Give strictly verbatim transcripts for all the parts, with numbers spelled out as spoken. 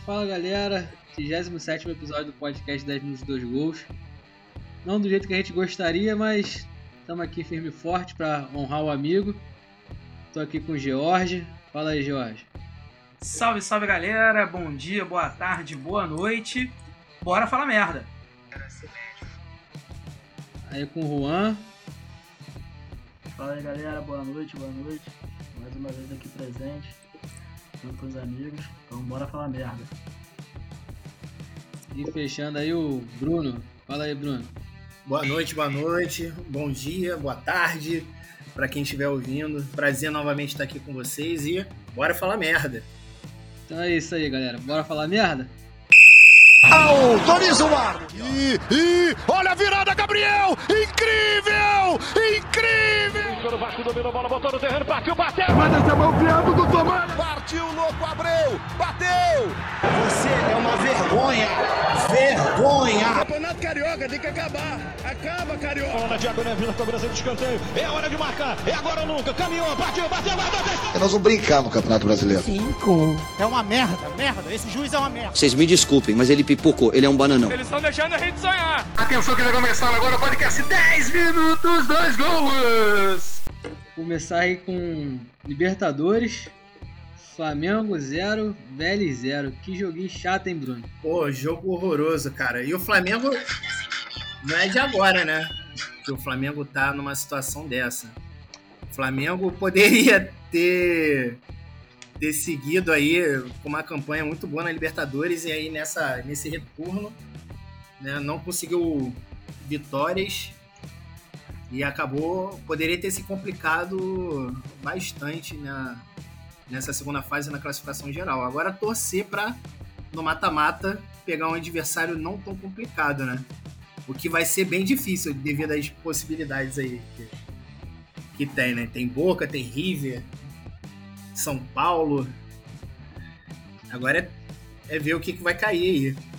Fala galera, trigésimo sétimo episódio do podcast dez minutos e dois gols. Não do jeito que a gente gostaria, mas estamos aqui firme e forte para honrar o amigo. Estou aqui com o George. Fala aí, George. Salve, salve galera, bom dia, boa tarde, boa noite. Bora falar merda. Aí com o Juan. Fala aí galera, boa noite, boa noite. Mais uma vez aqui presente, junto com os amigos. Então bora falar merda. E fechando aí o Bruno. Fala aí, Bruno. Boa noite, boa noite, bom dia, boa tarde para quem estiver ouvindo. Prazer novamente estar aqui com vocês e bora falar merda. Então é isso aí, galera. Bora falar merda? Autoriza o ar! E, e olha a virada, Gabriel! Incrível! Incrível! O Vasco dominou a bola, botou no terreno, partiu, bateu! Manda essa mão piando do Tomás! Partiu, louco, Abreu! Bateu! Você é uma vergonha! Vergonha! O Campeonato Carioca tem que acabar! Acaba, Carioca! Bola na diagonal, Vila, cobrança de escanteio. É hora de marcar! É agora ou nunca! Caminhou, partiu, bateu, bateu! Nós vamos brincar no Campeonato Brasileiro. Cinco. É uma merda, merda! Esse juiz é uma merda! Vocês me desculpem, mas ele pipocou, ele é um bananão. Eles estão deixando a gente sonhar! Atenção que vai começar agora o podcast dez minutos, dois gols! Começar aí com Libertadores. Flamengo zero, Vélez zero. Que joguinho chato, hein, Bruno? Pô, jogo horroroso, cara. E o Flamengo não é de agora, né? Que o Flamengo tá numa situação dessa. O Flamengo poderia ter, ter seguido aí com uma campanha muito boa na Libertadores e aí nessa, nesse retorno, né, não conseguiu vitórias e acabou, poderia ter se complicado bastante na, nessa segunda fase na classificação geral. Agora torcer para no mata-mata pegar um adversário não tão complicado, né? O que vai ser bem difícil devido às possibilidades aí que, que tem, né? Tem Boca, tem River, São Paulo. Agora é, é ver o que, que vai cair aí.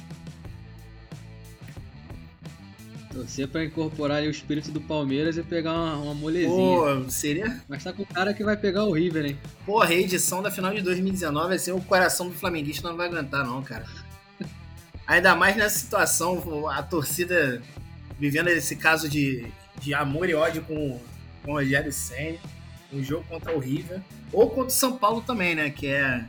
Torcer pra incorporar ali o espírito do Palmeiras e pegar uma, uma molezinha. Pô, seria... Mas tá com o cara que vai pegar o River, hein? Pô, a reedição da final de dois mil e dezenove, assim, o coração do flamenguista não vai aguentar não, cara. Ainda mais nessa situação, a torcida vivendo esse caso de, de amor e ódio com, com o Rogério Ceni, um jogo contra o River, ou contra o São Paulo também, né, que é...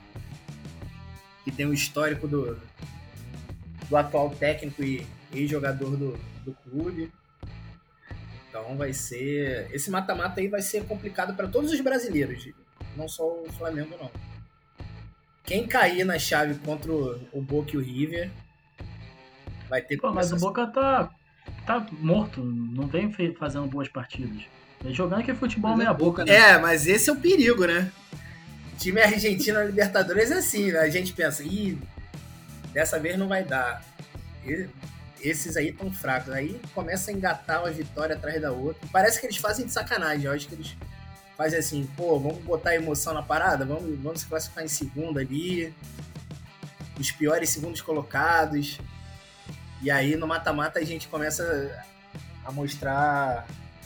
que tem o histórico do, do atual técnico e ex-jogador do, do clube. Então vai ser... Esse mata-mata aí vai ser complicado para todos os brasileiros, não só o Flamengo, não. Quem cair na chave contra o, o Boca e o River vai ter... Pô, mas o Boca tá, tá morto, não vem fazendo boas partidas. Vem jogando aquele futebol meia boca, né? É, mas esse é o perigo, né? O time argentino na Libertadores é assim, né? A gente pensa, ih, dessa vez não vai dar. E esses aí tão fracos. Aí começa a engatar uma vitória atrás da outra. Parece que eles fazem de sacanagem. Eu acho que eles fazem assim, pô, vamos botar emoção na parada, vamos, vamos se classificar em segundo ali. Os piores segundos colocados. E aí no mata-mata a gente começa a mostrar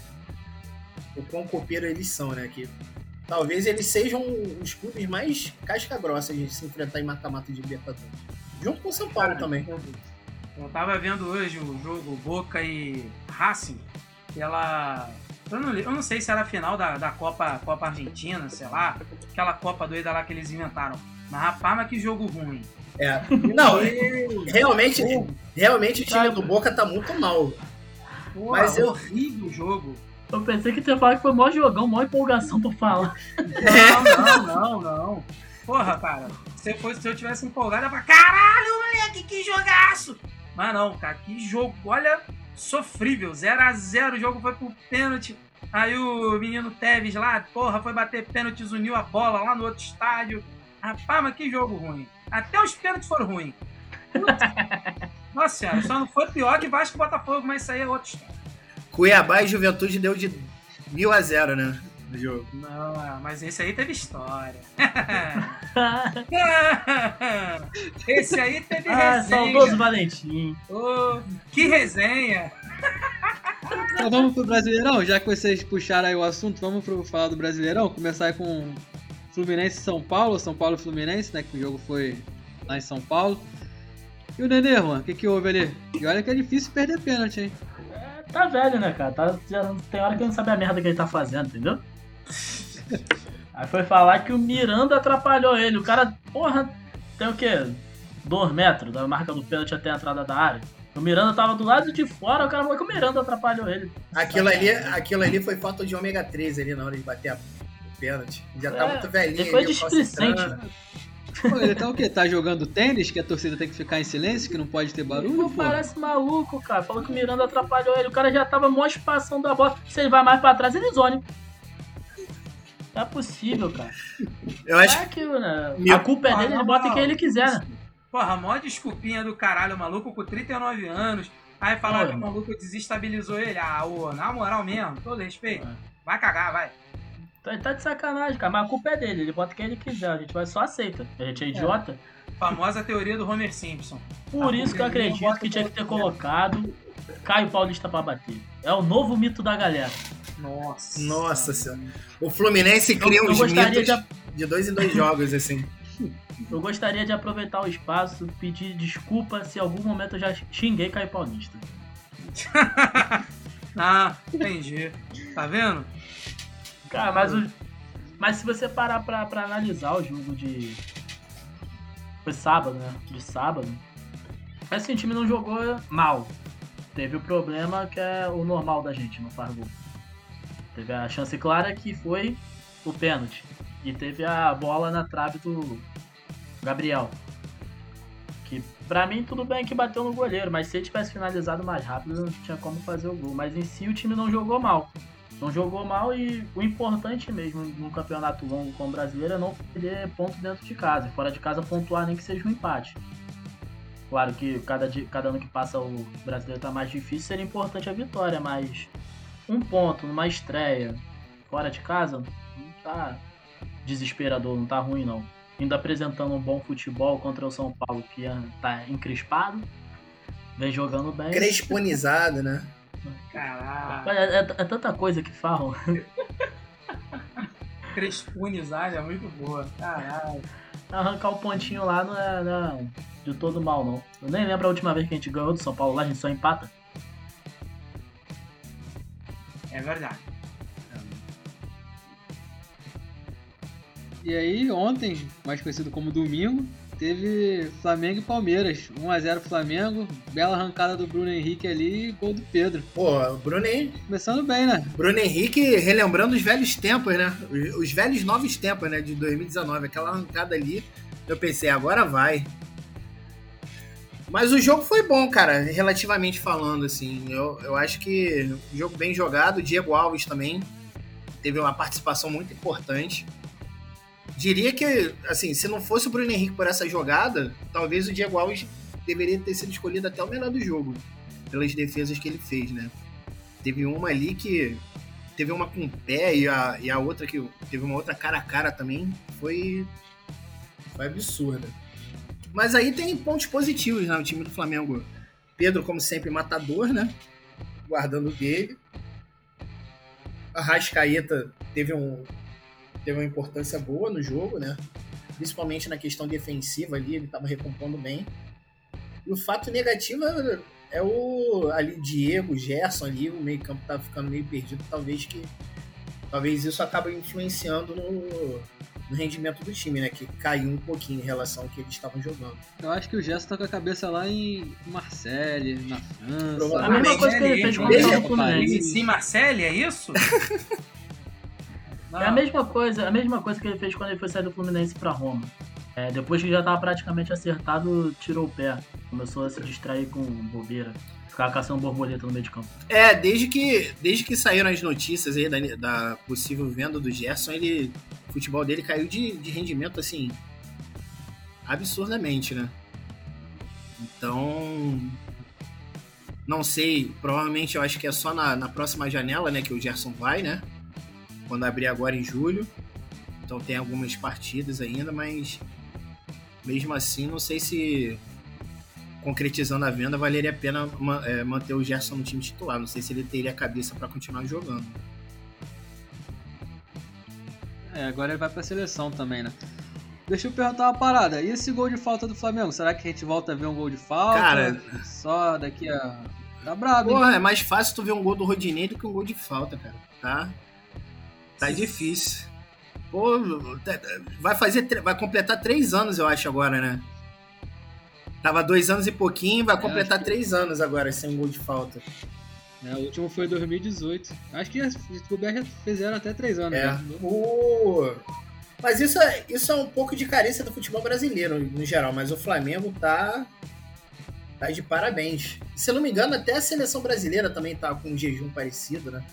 o quão copeiro eles são, né? Que talvez eles sejam os clubes mais casca-grossa de se enfrentar em mata-mata de Libertadores. Junto com o São Paulo. Cara, também. Eu tava vendo hoje o jogo Boca e Racing, pela... Eu não, eu não sei se era a final da, da Copa, Copa Argentina, sei lá, aquela Copa doida lá que eles inventaram. Mas rapaz, mas que jogo ruim. É. Não, realmente, realmente o time do Boca tá muito mal. Pô, mas é eu... horrível o jogo. Eu pensei que tu ia falar que foi o maior jogão, maior empolgação pra falar. Não, não, não, não. Porra, cara, se eu, fosse, se eu tivesse empolgado, eu ia falar, caralho, moleque, que jogaço! Mas não, cara, que jogo, olha, sofrível, zero a zero, o jogo foi pro pênalti. Aí o menino Tevez lá, porra, foi bater pênalti, uniu a bola lá no outro estádio. Rapaz, mas que jogo ruim. Até os pênaltis foram ruins. Nossa senhora, só não foi pior que Vasco e Botafogo, mas isso aí é outro história. Cuiabá e Juventude deu de mil a zero, né? No jogo. Não, mas esse aí teve história. Esse aí teve ah, resenha. Saudoso Valentim. Oh, que resenha. Então vamos pro Brasileirão? Já que vocês puxaram aí o assunto, vamos pro falar do Brasileirão. Começar aí com Fluminense e São Paulo, São Paulo e Fluminense, né? Que o jogo foi lá em São Paulo. E o Nenê, mano, o que que houve ali? E olha que é difícil perder pênalti, hein? É, tá velho, né, cara? Tá, tem hora que não sabe a merda que ele tá fazendo, entendeu? Aí foi falar que o Miranda atrapalhou ele. O cara, porra, tem o quê? Dois metros da marca do pênalti até a entrada da área. O Miranda tava do lado de fora, o cara falou que o Miranda atrapalhou ele. Aquilo ali, aquilo ali foi falta de ômega três ali na hora de bater a, o pênalti. Já tá É, muito velhinho. ele foi ali, displicente. Pô, ele tá o quê? Tá jogando tênis, que a torcida tem que ficar em silêncio, que não pode ter barulho, Pô, pô? parece maluco, cara. Falou que o Miranda atrapalhou ele. O cara já tava mó espaçando a bola. Se ele vai mais pra trás, ele zone. Não é possível, cara. Eu acho é aquilo, né? Meu... A culpa é dele, ele bota quem ele quiser, né? Porra, mó desculpinha do caralho, o maluco com trinta e nove anos. Aí falar que o maluco desestabilizou ele. Ah, ô, na moral mesmo, todo respeito. Vai cagar, vai. Ele tá de sacanagem, cara. Mas a culpa é dele, ele bota quem ele quiser. A gente vai só aceita. A gente é idiota. É. Famosa teoria do Homer Simpson. Por isso que eu acredito que tinha que ter colocado Caio Paulista pra bater. É o novo mito da galera. Nossa. Nossa senhora. O Fluminense cria eu, eu uns mitos de... de dois em dois jogos, assim. Eu gostaria de aproveitar o espaço, pedir desculpa se em algum momento eu já xinguei Caio Paulista. Ah, entendi. Tá vendo? Cara, mas, o... mas se você parar pra, pra analisar o jogo de... Foi sábado, né? De sábado. Assim, o time não jogou mal. Teve o problema que é o normal da gente, não faz gol. Teve a chance clara que foi o pênalti. E teve a bola na trave do Gabriel. Que pra mim tudo bem que bateu no goleiro, mas se ele tivesse finalizado mais rápido não tinha como fazer o gol. Mas em si o time não jogou mal. Não jogou mal e o importante mesmo num campeonato longo como o brasileiro é não perder ponto dentro de casa. E fora de casa pontuar nem que seja um empate. Claro que cada, dia, cada ano que passa o brasileiro tá mais difícil, seria importante a vitória, mas um ponto numa estreia fora de casa não tá desesperador, não tá ruim não. Ainda apresentando um bom futebol contra o São Paulo, que tá encrespado, vem jogando bem. Cresponizado, né? Caralho. É, é, é tanta coisa que falam. Cresponizado é muito boa. Caralho. Arrancar o pontinho lá não é, não é de todo mal, não. Eu nem lembro a última vez que a gente ganhou do São Paulo lá, a gente só empata. É verdade. E aí, ontem, mais conhecido como domingo, teve Flamengo e Palmeiras. um a zero Flamengo, bela arrancada do Bruno Henrique ali e gol do Pedro. Pô, o Bruno Henrique... Começando bem, né? Bruno Henrique relembrando os velhos tempos, né? Os, os velhos novos tempos, né? De dois mil e dezenove. Aquela arrancada ali, eu pensei, agora vai. Mas o jogo foi bom, cara, relativamente falando, assim. Eu, eu acho que um jogo bem jogado. O Diego Alves também teve uma participação muito importante. Diria que, assim, se não fosse o Bruno Henrique por essa jogada, talvez o Diego Alves deveria ter sido escolhido até o melhor do jogo, pelas defesas que ele fez, né? Teve uma ali que... Teve uma com o pé e a, e a outra que... Teve uma outra cara a cara também. Foi... Foi absurda. Mas aí tem pontos positivos, né? O time do Flamengo. Pedro, como sempre, matador, né? Guardando o dele. A Arrascaeta teve um... teve uma importância boa no jogo, né? Principalmente na questão defensiva ali, ele estava recompondo bem. E o fato negativo é o ali Diego, Gerson ali, o meio-campo estava ficando meio perdido, talvez que talvez isso acabe influenciando no, no rendimento do time, né? Que caiu um pouquinho em relação ao que eles estavam jogando. Eu acho que o Gerson tá com a cabeça lá em Marseille, na França. A mesma coisa que ele fez com o Fluminense. Sim, Marseille, é isso? Não. É a mesma coisa, a mesma coisa que ele fez quando ele foi sair do Fluminense pra Roma. É, depois que já estava praticamente acertado, tirou o pé. Começou a se distrair com bobeira. Ficava caçando borboleta no meio de campo. É, desde que, desde que saíram as notícias aí da, da possível venda do Gerson, ele, o futebol dele caiu de, de rendimento, assim, absurdamente, né? Então, não sei, provavelmente eu acho que é só na, na próxima janela, né, que o Gerson vai, né? Quando abrir agora em julho. Então tem algumas partidas ainda, mas mesmo assim não sei se concretizando a venda valeria a pena é, manter o Gerson no time titular. Não sei se ele teria a cabeça para continuar jogando. É, agora ele vai pra seleção também, né? deixa eu perguntar uma parada. E esse gol de falta do Flamengo? Será que a gente volta a ver um gol de falta? Cara, só daqui a... Tá brabo, hein? Porra, é mais fácil tu ver um gol do Rodinei do que um gol de falta, cara. Tá? Tá difícil. Pô, vai fazer... Vai completar três anos, eu acho, agora, né? Tava dois anos e pouquinho, vai completar é, três que... anos agora sem um gol de falta. É, o último foi em dois mil e dezoito. Acho que os já fizeram até três anos. É. Né? O... Mas isso é, isso é um pouco de carência do futebol brasileiro, no geral. Mas o Flamengo tá, tá de parabéns. Se eu não me engano, até a seleção brasileira também tá com um jejum parecido, né?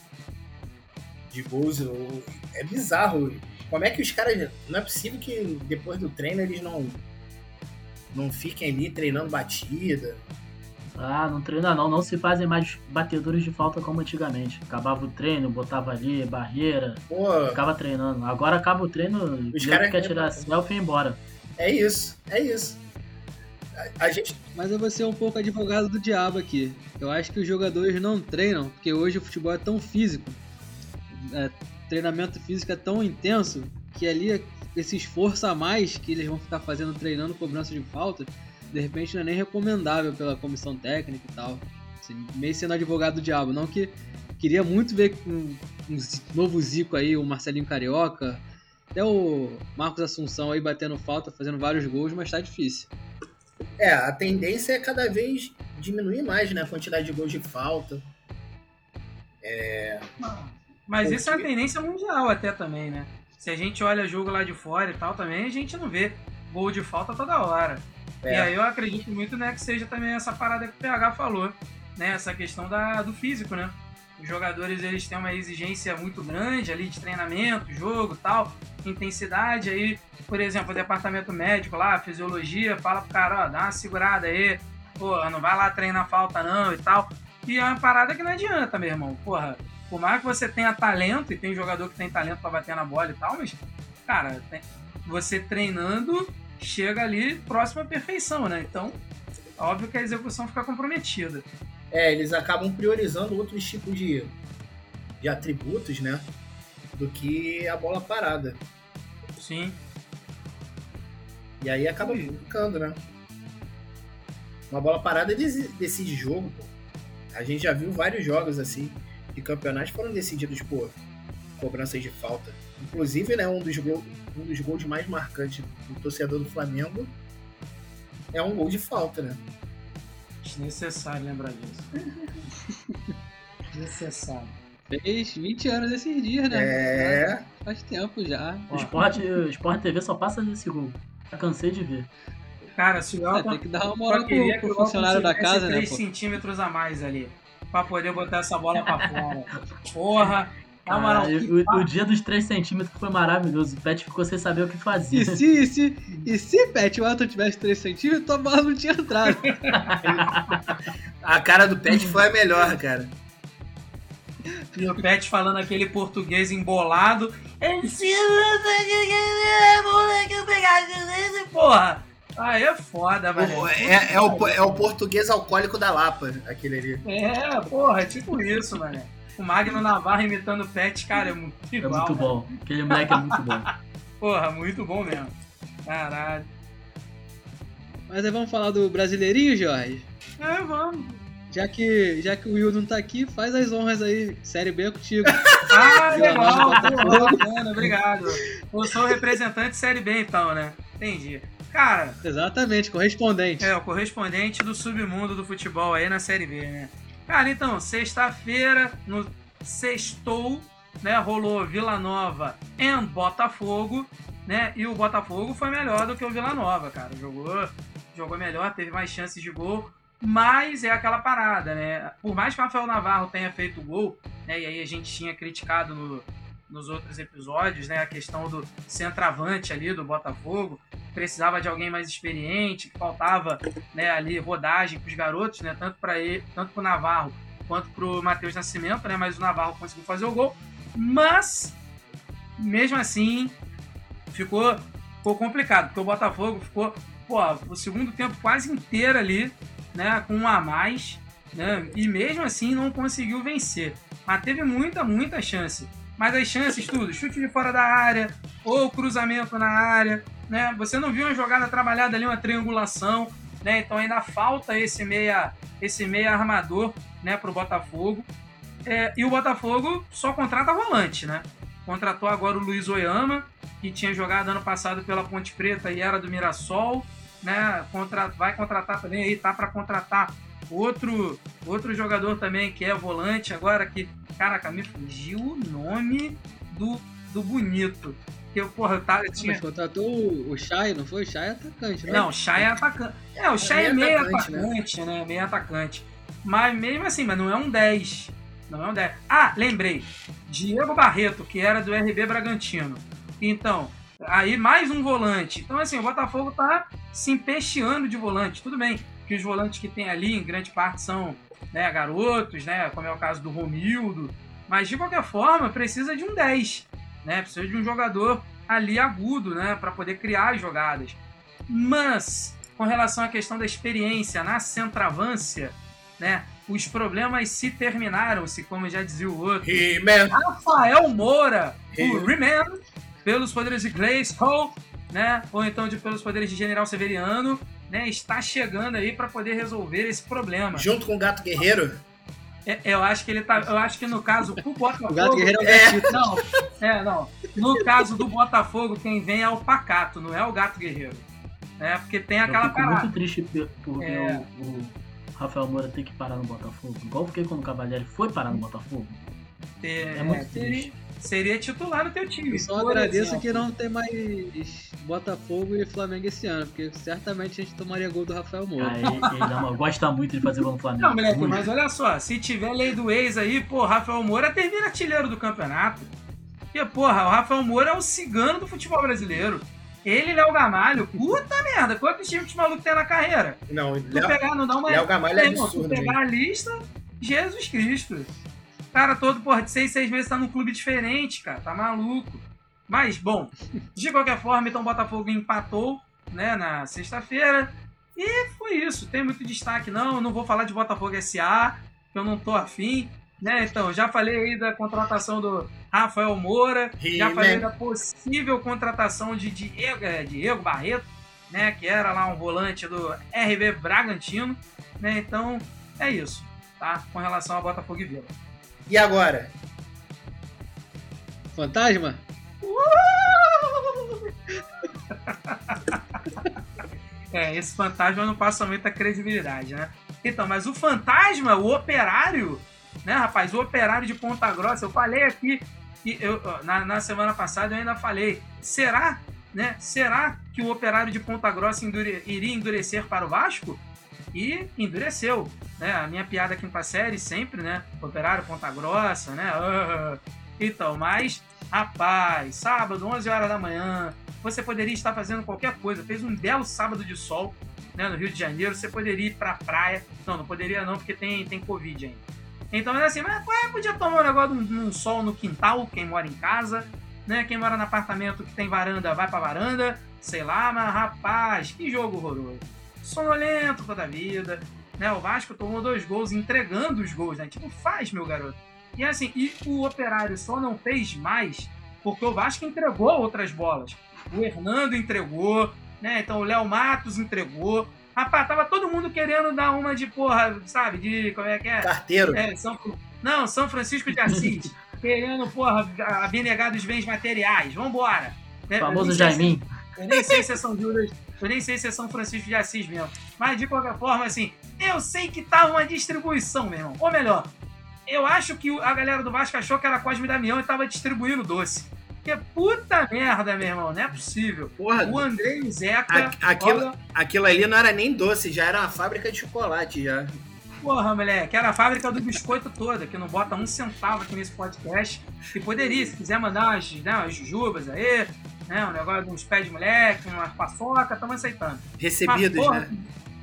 De gols. É bizarro. Como é que os caras... Não é possível que depois do treino eles não, não fiquem ali treinando batida. Ah, não treina não, não se fazem mais batedores de falta como antigamente. Acabava o treino, botava ali, barreira, Pô, ficava treinando. Agora acaba o treino, os caras quer tirar selfie e ir embora. É isso, é isso. A, a gente... Mas eu vou ser um pouco advogado do diabo aqui. Eu acho que os jogadores não treinam, porque hoje o futebol é tão físico, é, treinamento físico é tão intenso, que ali esse esforço a mais que eles vão ficar fazendo, treinando cobrança de falta, de repente não é nem recomendável pela comissão técnica e tal. Assim, meio sendo advogado do diabo. Não que queria muito ver um, um novo Zico aí, o Marcelinho Carioca, até o Marcos Assunção aí batendo falta, fazendo vários gols, mas tá difícil. É, a tendência é cada vez diminuir mais, né, a quantidade de gols de falta. É... Mas Porque... isso é uma tendência mundial até também, né? Se a gente olha jogo lá de fora e tal também, a gente não vê gol de falta toda hora. É. E aí eu acredito muito, né, que seja também essa parada que o P H falou, né, essa questão da, do físico, né? Os jogadores, eles têm uma exigência muito grande ali de treinamento, jogo, tal, intensidade. Aí, por exemplo, o departamento médico lá, fisiologia, fala pro cara, ó, dá uma segurada aí, porra, não vai lá treinar falta não e tal. E é uma parada que não adianta, meu irmão, porra. Por mais que você tenha talento, e tem jogador que tem talento pra bater na bola e tal, mas, cara, tem, você treinando... chega ali próximo à perfeição, né? Então, óbvio que a execução fica comprometida. É, eles acabam priorizando outros tipos de, de atributos, né? Do que a bola parada. Sim. E aí acaba ficando, né? Uma bola parada decide jogo, pô. A gente já viu vários jogos, assim, de campeonatos foram decididos por cobranças de falta. Inclusive, né, um dos, gol, um dos gols mais marcantes do torcedor do Flamengo é um gol de falta, né? Desnecessário lembrar disso. Desnecessário. Fez vinte anos esses dias, né? É. Faz tempo já. O Sport, o Sport T V só passa desse gol. Já cansei de ver. Cara, se o Elton... É, tem que dar uma moral pro, pro funcionário da casa, né? três centímetros a mais ali, pra poder botar essa bola pra fora. Porra... Ah, ah, o, o dia dos três centímetros foi maravilhoso. O Pet ficou sem saber o que fazer. E se, e se, e se Pet, o Elton tivesse três centímetros, a bola não tinha entrado. A cara do Pet foi a melhor, cara. E o Pet falando aquele português embolado. Porra! Aí é foda, velho. É, é, o, é o português alcoólico da Lapa, aquele ali. É, porra, é tipo isso, mano. O Magno Navarro imitando o Pet, cara, é muito igual. É muito cara. bom. Aquele moleque é muito bom. Porra, muito bom mesmo. Caralho. Mas aí vamos falar do Brasileirinho, Jorge? É, vamos. Já que, já que o Will não tá aqui, faz as honras aí. Série B é contigo. Ah, legal. Bacana, obrigado. Eu sou o representante Série B, então, né? Entendi. Cara... Exatamente, correspondente. É, o correspondente do submundo do futebol aí na Série B, né? Cara, então, sexta-feira, no sextou, né, rolou Vila Nova e Botafogo, né, e o Botafogo foi melhor do que o Vila Nova, cara, jogou, jogou melhor, teve mais chances de gol, mas é aquela parada, né, por mais que o Rafael Navarro tenha feito gol, né, e aí a gente tinha criticado no, nos outros episódios, né, a questão do centroavante ali do Botafogo, precisava de alguém mais experiente, que faltava, né, ali rodagem para os garotos, né, tanto para ele, tanto para o Navarro quanto para o Matheus Nascimento, né, mas o Navarro conseguiu fazer o gol, mas mesmo assim ficou, ficou complicado, porque o Botafogo ficou, pô, o segundo tempo quase inteiro ali, né, com um a mais, né, e mesmo assim não conseguiu vencer, mas teve muita, muita chance. Mas as chances, tudo, chute de fora da área, ou cruzamento na área, né? Você não viu uma jogada trabalhada ali, uma triangulação, né? Então ainda falta esse meia, esse meia armador, né, pro Botafogo. É, e o Botafogo só contrata volante, né? Contratou agora o Luiz Oyama, que tinha jogado ano passado pela Ponte Preta e era do Mirassol, né? Contra, vai contratar também aí, tá para contratar outro, outro jogador também que é volante agora, que, caraca, me fugiu o nome do, do bonito. Que eu, porra, eu tava, eu tinha... Mas contratou o, o Chay, não foi? O Chay é atacante, né? Não, o Chay é atacante. É, o Chay é, é meio atacante, atacante, né? né? Meio atacante. Mas mesmo assim, mas não é um dez. Não é um dez. Ah, lembrei. Diego Barreto, que era do R B Bragantino. Então, aí mais um volante. Então, assim, o Botafogo tá se empesteando de volante. Tudo bem que os volantes que tem ali, em grande parte, são, né, garotos, né? Como é o caso do Romildo. Mas, de qualquer forma, precisa de um dez. Né? Precisa de um jogador ali agudo, né? Para poder criar as jogadas. Mas, com relação à questão da experiência na centroavância, né? Os problemas se terminaram-se, como já dizia o outro. He-Man. Rafael Moura, He- o He-Man, pelos poderes de Glaze Hall, né? Ou então de, pelos poderes de General Severiano, né? Está chegando aí para poder resolver esse problema. Junto com o Gato Guerreiro. É, eu acho que ele tá. Eu acho que no caso do Botafogo. O Gato Guerreiro é o é, gatito. não, é, não. No caso do Botafogo, quem vem é o Pacato, não é o Gato Guerreiro. Né? Porque tem aquela Eu fico parada. muito triste porque É. o, o Rafael Moura tem que parar no Botafogo. Igual eu fiquei quando o Cavalieri foi parar no Botafogo. É, É muito seria, triste. seria titular no teu time. Eu só por agradeço exemplo. que não tem mais Botafogo e Flamengo esse ano, porque certamente a gente tomaria gol do Rafael Moura. Aí ele ama- gosta muito de fazer gol no Flamengo. Não, moleque, Muito. mas olha só, se tiver lei do ex aí, pô, Rafael Moura termina artilheiro do campeonato. Porque, porra, o Rafael Moura é o cigano do futebol brasileiro. Ele e Léo Gamalho, puta merda, quantos times que esse maluco tem na carreira? Não, Tu Léo, pegar, não dá uma... Léo Gamalho é Irmão, absurdo, tu pegar a lista, Jesus Cristo. O cara todo, porra, de seis, seis meses tá num clube diferente, cara, tá maluco. Mas, bom, de qualquer forma, então o Botafogo empatou, né, na sexta-feira. E foi isso, tem muito destaque não, eu não vou falar de Botafogo S A, que eu não tô afim, né, então, já falei aí da contratação do Rafael Moura, He já falei Man. da possível contratação de Diego, é, Diego Barreto, né, que era lá um volante do R B Bragantino, né, então, é isso, tá, com relação a Botafogo e Vila. E agora? Fantasma? É, esse fantasma não passa muita credibilidade, né? Então, mas o fantasma, o operário, né, rapaz? O operário de Ponta Grossa, eu falei aqui, que eu, na, na semana passada eu ainda falei, será, né? Será que o operário de Ponta Grossa endure, iria endurecer para o Vasco? E endureceu, né? A minha piada quinta série sempre, né? Operário Ponta Grossa, né? Ah, então, mas, rapaz, sábado, onze horas da manhã, você poderia estar fazendo qualquer coisa. Fez um belo sábado de sol, né, no Rio de Janeiro. Você poderia ir pra praia. Não, não poderia não, porque tem, tem Covid ainda. Então, é assim, mas ué, podia tomar um negócio de um, um sol no quintal, quem mora em casa, né? Quem mora no apartamento que tem varanda, vai pra varanda. Sei lá, mas rapaz, que jogo horroroso. Sonolento toda a vida, né? O Vasco tomou dois gols, entregando os gols, né? Tipo, faz, meu garoto. E assim, e o Operário só não fez mais porque o Vasco entregou outras bolas. O Hernando entregou, né? Então o Léo Matos entregou. Rapaz, tava todo mundo querendo dar uma de porra, sabe? De, como é que é? Carteiro. É, São, não, São Francisco de Assis. Querendo, porra, abnegar dos bens materiais. Vambora. O famoso Jaiminho. Eu nem sei se é São Judas, eu nem sei se é São Francisco de Assis mesmo. Mas de qualquer forma, assim, eu sei que tava uma distribuição, meu irmão. Ou melhor, eu acho que a galera do Vasco achou que era Cosme Damião e tava distribuindo doce. Porque puta merda, meu irmão, não é possível. Porra, o André e o Zeca. a, aquilo, olha, aquilo ali não era nem doce, já era uma fábrica de chocolate já. porra, moleque, era a fábrica do biscoito toda, que não bota um centavo aqui nesse podcast. E poderia, se quiser mandar umas, né, umas jujubas aí, né, um negócio de uns pés de moleque, umas paçoca, estamos aceitando. Recebidos, Mas, porra, né?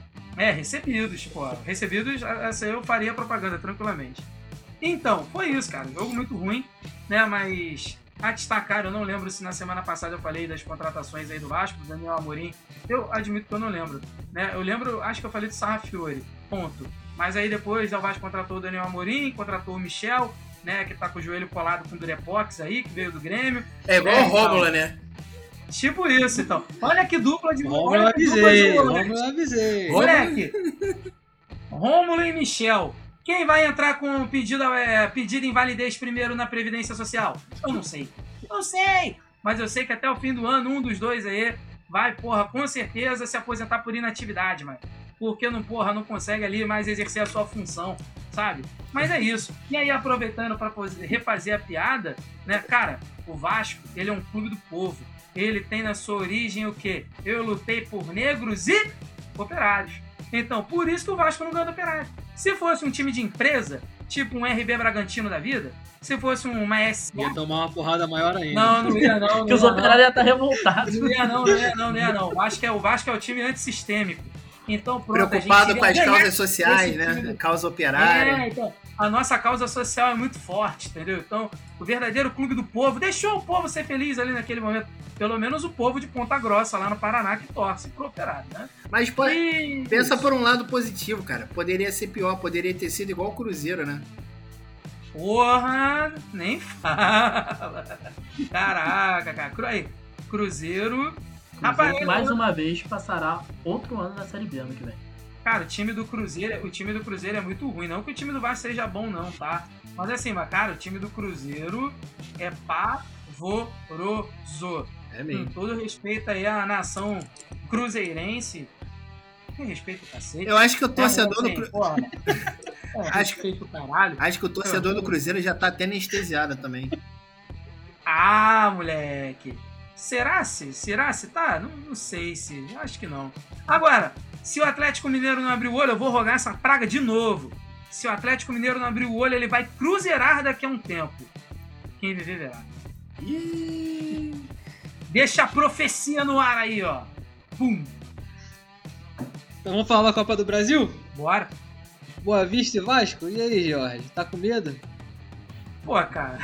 É, recebidos, pô. Recebidos, essa eu faria propaganda tranquilamente. Então, foi isso, cara. Jogo muito ruim, né? Mas a destacar, eu não lembro se na semana passada eu falei das contratações aí do Vasco, do Daniel Amorim. Eu admito que eu não lembro, né? Eu lembro, acho que eu falei do Sarrafiori, ponto. Mas aí depois o Vasco contratou o Daniel Amorim, contratou o Michel, né? Que tá com o joelho colado com o Durepox aí, que veio do Grêmio. É igual é, o Rómula, né? Tipo isso, então. Olha que dupla de... Rômulo olha eu que dupla avisei, de Rômulo eu avisei. Moleque, Rômulo e Michel. Quem vai entrar com pedido, é, pedido em validez primeiro na Previdência Social? Eu não sei. Não sei. Mas eu sei que até o fim do ano, um dos dois aí vai, porra, com certeza se aposentar por inatividade, mano. Porque não, porra, não consegue ali mais exercer a sua função, sabe? Mas é isso. E aí, aproveitando para refazer a piada, né, cara, o Vasco, ele é um clube do povo. Ele tem na sua origem o quê? Eu lutei por negros e operários. Então, por isso que o Vasco não ganha do Operário. Se fosse um time de empresa, tipo um R B Bragantino da vida, se fosse uma S A... Ia tomar uma porrada maior ainda. Não, não ia não. Que os operários iam estar revoltados. Não ia não, não ia não, não ia não. O Vasco é o, Vasco é o time antissistêmico. Então, pronto, preocupado com as causas esse, sociais, esse né? time... Causa operária. É, então, a nossa causa social é muito forte, entendeu? Então, o verdadeiro clube do povo deixou o povo ser feliz ali naquele momento. Pelo menos o povo de Ponta Grossa, lá no Paraná, que torce pro Operário, né? Mas pode... e... pensa por um lado positivo, cara. Poderia ser pior, poderia ter sido igual o Cruzeiro, né? Porra, nem fala. Caraca, cara. Cru... Aí, Cruzeiro... Cruzeiro mais uma vez passará outro ano na Série B ano que vem. Cara, o time do Cruzeiro, o time do Cruzeiro é muito ruim. Não que o time do Vasco seja bom, não, tá? Mas assim, mas, cara, o time do Cruzeiro é pavoroso. É mesmo. Com todo respeito aí à nação cruzeirense. Com respeito ao cacete. Eu acho que o torcedor é, do Cruzeiro. É, acho, respeito caralho. acho que o torcedor do Cruzeiro já tá até anestesiado também. Ah, moleque. Será se? Será se? Tá? Não, não sei se. Acho que não. Agora, se o Atlético Mineiro não abrir o olho, eu vou rogar essa praga de novo. Se o Atlético Mineiro não abrir o olho, ele vai cruzeirar daqui a um tempo. Quem viver verá. Deixa a profecia no ar aí, ó. Pum. Então vamos falar da Copa do Brasil? Bora. Boa Vista e Vasco? E aí, Jorge? Tá com medo? Pô, cara.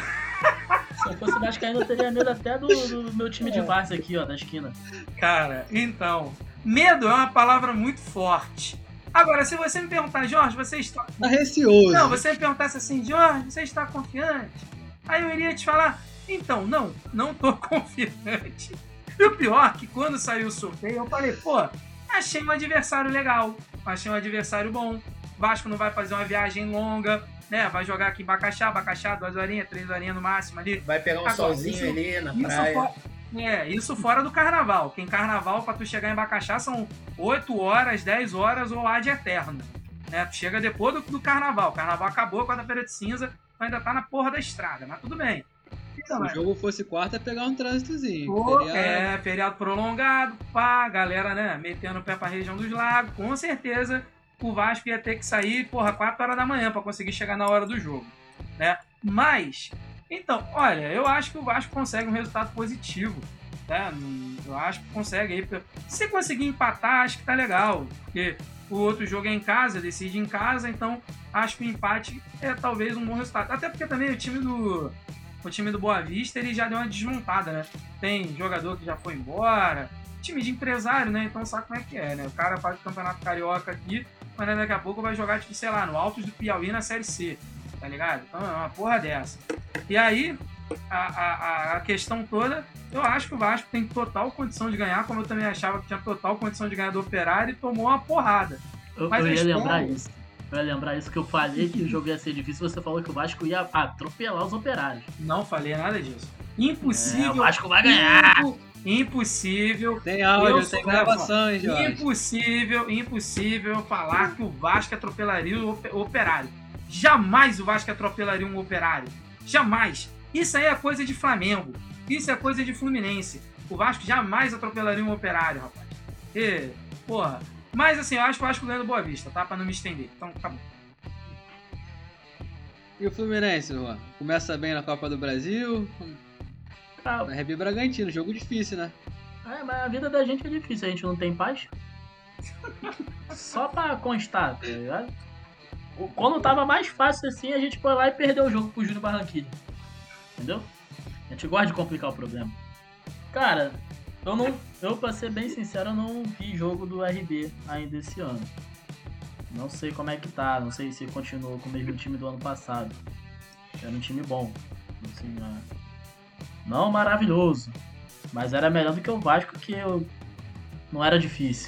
Se eu fosse vascaíno, eu teria medo até do, do meu time de várzea aqui, ó, da esquina. Cara, então... medo é uma palavra muito forte. Agora, se você me perguntar, Jorge, você está... Tá receoso. Não, você me perguntasse assim, Jorge, você está confiante? Aí eu iria te falar, então, não, não tô confiante. E o pior é que quando saiu o sorteio, eu falei, pô, achei um adversário legal, achei um adversário bom. Vasco não vai fazer uma viagem longa, né? Vai jogar aqui em Bacaxá, Bacaxá, duas horinhas, três horinhas no máximo ali. Vai pegar um Agora, solzinho isso, ali na isso praia. For... É, isso fora do carnaval. Que em carnaval, pra tu chegar em Bacaxá, são oito horas, dez horas ou ad eterno. Né? Tu chega depois do, do carnaval. O carnaval acabou, quarta-feira de cinza, tu ainda tá na porra da estrada, mas tudo bem. Então, Se é. o jogo fosse quarta, é pegar um trânsitozinho. Pô, feriado. É, feriado prolongado, pá, galera, né, metendo o pé pra região dos lagos, com certeza o Vasco ia ter que sair, porra, quatro horas da manhã pra conseguir chegar na hora do jogo, né? Mas, então, olha, eu acho que o Vasco consegue um resultado positivo, né? Eu acho que consegue aí. Se conseguir empatar, acho que tá legal, porque o outro jogo é em casa, decide em casa, então acho que o empate é talvez um bom resultado. Até porque também o time do... O time do Boa Vista, ele já deu uma desmontada, né? Tem jogador que já foi embora, time de empresário, né? Então sabe como é que é, né? O cara faz o Campeonato Carioca aqui, mas daqui a pouco vai jogar, tipo, sei lá, no Altos do Piauí na Série C, tá ligado? Então é uma porra dessa. E aí, a, a, a questão toda, eu acho que o Vasco tem total condição de ganhar, como eu também achava que tinha total condição de ganhar do Operário e tomou uma porrada. Eu, Mas eu ia espero... lembrar isso. Eu ia lembrar isso que eu falei que o jogo ia ser difícil, você falou que o Vasco ia atropelar os Operários. Não falei nada disso. Impossível. É, o Vasco vai ganhar. Impo, impossível. Tem áudio, eu tem sou- gravações, Jorge. Impossível, impossível falar que o Vasco atropelaria o Op- o Operário. Jamais o Vasco atropelaria um Operário. Jamais. Isso aí é coisa de Flamengo. Isso é coisa de Fluminense. O Vasco jamais atropelaria um Operário, rapaz. E, porra. Mas assim, eu acho que o Vasco ganha do Boa Vista, tá? Pra não me estender. Então, acabou. E o Fluminense, Juan? Começa bem na Copa do Brasil. Ah, R B Bragantino, jogo difícil, né? é, mas a vida da gente é difícil, a gente não tem paz. Só pra constar, tá ligado? Quando tava mais fácil assim, a gente foi lá e perdeu o jogo pro Júnior Barranquilla. Entendeu? A gente gosta de complicar o problema. Cara, eu não. Eu, pra ser bem sincero, eu não vi jogo do R B ainda esse ano. Não sei como é que tá, não sei se continuou com o mesmo time do ano passado. Era um time bom. Assim, não, não maravilhoso. Mas era melhor do que o Vasco, que eu... não era difícil.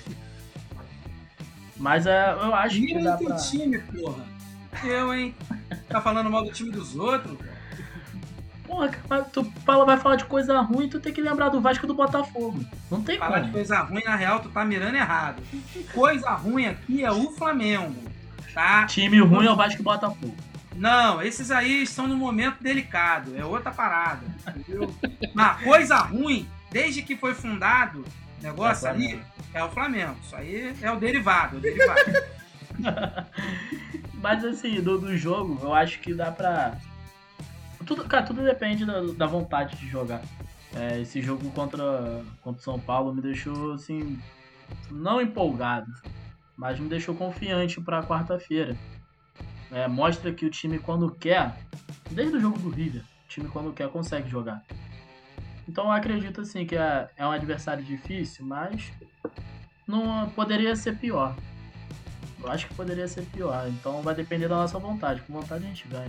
Mas é, eu acho que dá pra... time, porra. Eu, hein? Tá falando mal do time dos outros? Porra, tu fala, vai falar de coisa ruim, tu tem que lembrar do Vasco e do Botafogo. Não tem Falar como. de coisa ruim, na real, tu tá mirando errado. Coisa ruim aqui é o Flamengo, tá? Time ruim é o Vasco e o Botafogo. Não, esses aí estão num momento delicado, é outra parada, entendeu? Mas coisa ruim, desde que foi fundado o negócio É o ali, é o Flamengo. Isso aí é o derivado, é o derivado. Mas assim, do, do jogo, eu acho que dá pra... Tudo, cara, tudo depende da, da vontade de jogar. É, esse jogo contra, contra o São Paulo me deixou, assim, não empolgado, mas me deixou confiante pra quarta-feira. É, mostra que o time, quando quer, desde o jogo do River, o time, quando quer, consegue jogar. Então eu acredito, assim, que é, é um adversário difícil, mas não poderia ser pior. Eu acho que poderia ser pior. Então vai depender da nossa vontade. Com vontade a gente ganha.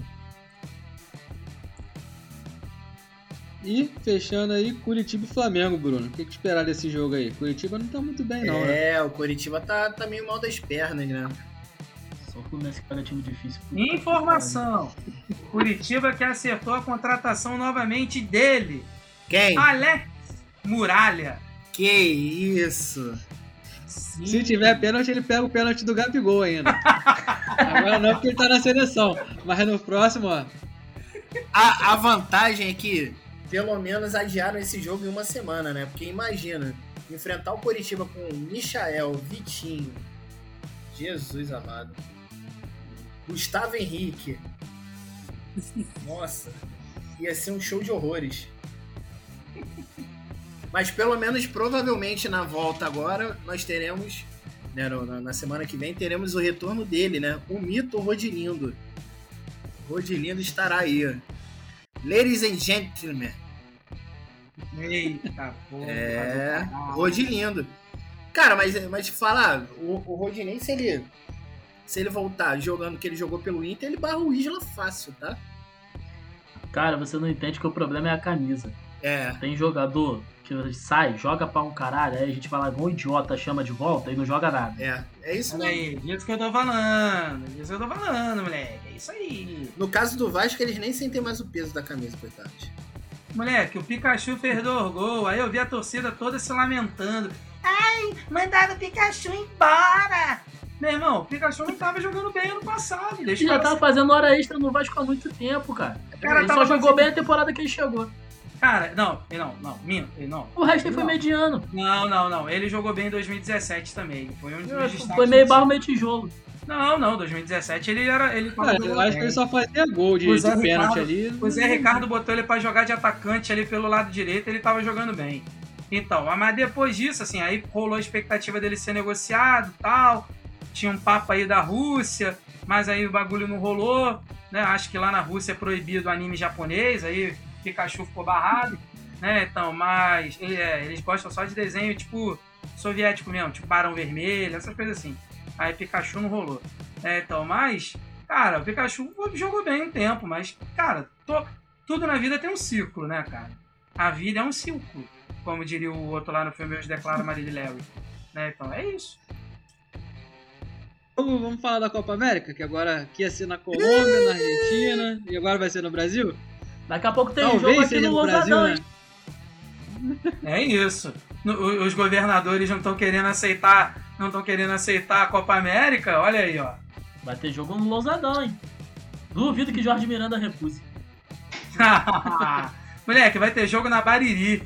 E fechando aí, Curitiba e Flamengo, Bruno. O que, que esperar desse jogo aí? Curitiba não tá muito bem, não, né? É, o Curitiba tá, tá meio mal das pernas, né? Só o Fluminense que pega time difícil. Informação. Curitiba que acertou a contratação novamente dele. Quem? Alex Muralha. Que isso? Sim. Se tiver pênalti, ele pega o pênalti do Gabigol ainda. Agora não, porque ele tá na seleção. Mas no próximo, ó. A, a vantagem é que pelo menos adiaram esse jogo em uma semana, né? Porque imagina, enfrentar o Coritiba com Michael, Vitinho, Jesus amado, Gustavo Henrique. Nossa, ia ser um show de horrores. Mas pelo menos, provavelmente, na volta agora, nós teremos, né, na, na semana que vem, teremos o retorno dele, né? O mito Rodilindo. Rodilindo estará aí. Ladies and gentlemen. Eita, porra. É, Rodilindo. Cara, mas, mas falar, o, o Rodinei, se ele, se ele voltar jogando o que ele jogou pelo Inter, ele barra o Isla fácil, tá? Cara, você não entende que o problema é a camisa. É. Tem jogador que sai, joga pra um caralho, aí a gente vai lá igual um idiota, chama de volta e não joga nada. É, é isso Olha aí, disso que eu tô falando, disso que eu tô falando, moleque, é isso aí. No caso do Vasco, eles nem sentem mais o peso da camisa, coitados. Moleque, o Pikachu fez dois gols, aí eu vi a torcida toda se lamentando. Ai, mandaram o Pikachu embora! Meu irmão, o Pikachu não tava jogando bem ano passado. Deixa Ele já eu tava fazendo hora extra no Vasco há muito tempo, cara. Cara, ele tava só jogou fazendo- bem a temporada que ele chegou. Cara, não, não, não, minto, não. O resto ele foi Não. mediano. Não, não, não. Ele jogou bem em dois mil e dezessete também. Foi um dos destaques. Foi meio desse- barro, meio tijolo. Não, não, dois mil e dezessete ele era. Ele tava Cara, eu jogando acho bem. que ele só fazia gol de, O de Zé pênalti Ricardo- ali. O Zé Ricardo botou ele pra jogar de atacante ali pelo lado direito, ele tava jogando bem. Então, mas depois disso, assim, aí rolou a expectativa dele ser negociado e tal. Tinha um papo aí da Rússia, mas aí o bagulho não rolou, né? Acho que lá na Rússia é proibido o anime japonês, aí Pikachu ficou barrado, né? Então, mas ele- é, eles gostam só de desenho tipo soviético mesmo, tipo Barão Vermelho, essas coisas assim. Aí Pikachu não rolou. É, então, mas, cara, o Pikachu jogou bem um tempo, mas, cara, to- tudo na vida tem um ciclo, né, cara? A vida é um ciclo, como diria o outro lá no filme Eu Os Declaro Marília e Larry. Né? Então, é isso. Vamos, vamos falar da Copa América, que agora aqui ia ser na Colômbia, na Argentina, e agora vai ser no Brasil? Daqui a pouco tem Talvez jogo aqui seja no no Brasil, Lousadão, né? hein? É isso. No- o- os governadores não estão querendo aceitar, não estão querendo aceitar a Copa América. Olha aí, ó. Vai ter jogo no Lousadão, hein? Duvido que Jorge Miranda recuse. Moleque, vai ter jogo na Bariri.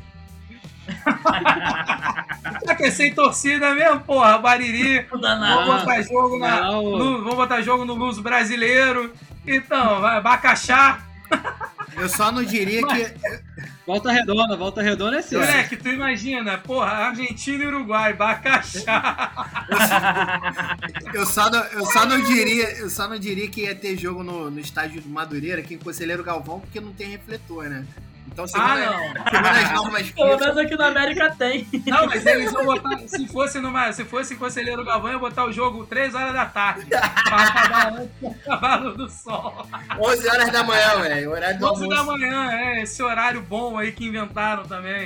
Já que é sem torcida mesmo, porra, Bariri. Não dá Vamos nada. botar jogo na, Não, ô. no, vamos botar jogo no Luso brasileiro. Então, vai, Bacaxá. Eu só não diria que... Volta Redonda, Volta Redonda é sério. Moleque, tu imagina, porra, Argentina e Uruguai, Bacaxá. Eu só não, eu só não diria, eu só não diria que ia ter jogo no, no estádio do Madureira, aqui em Conselheiro Galvão, porque não tem refletor, né? Então, segundo, Ah, a- não. segundo as normas Pelo FIFA, menos aqui na América tem. Não, mas eles vão botar. Se fosse numa. Se fosse em Conselheiro Galvão, ia botar o jogo três horas da tarde. Pra acabar antes do cavalo do sol. onze horas da manhã, velho, horário do onze da almoço. manhã, é, esse horário bom aí que inventaram também.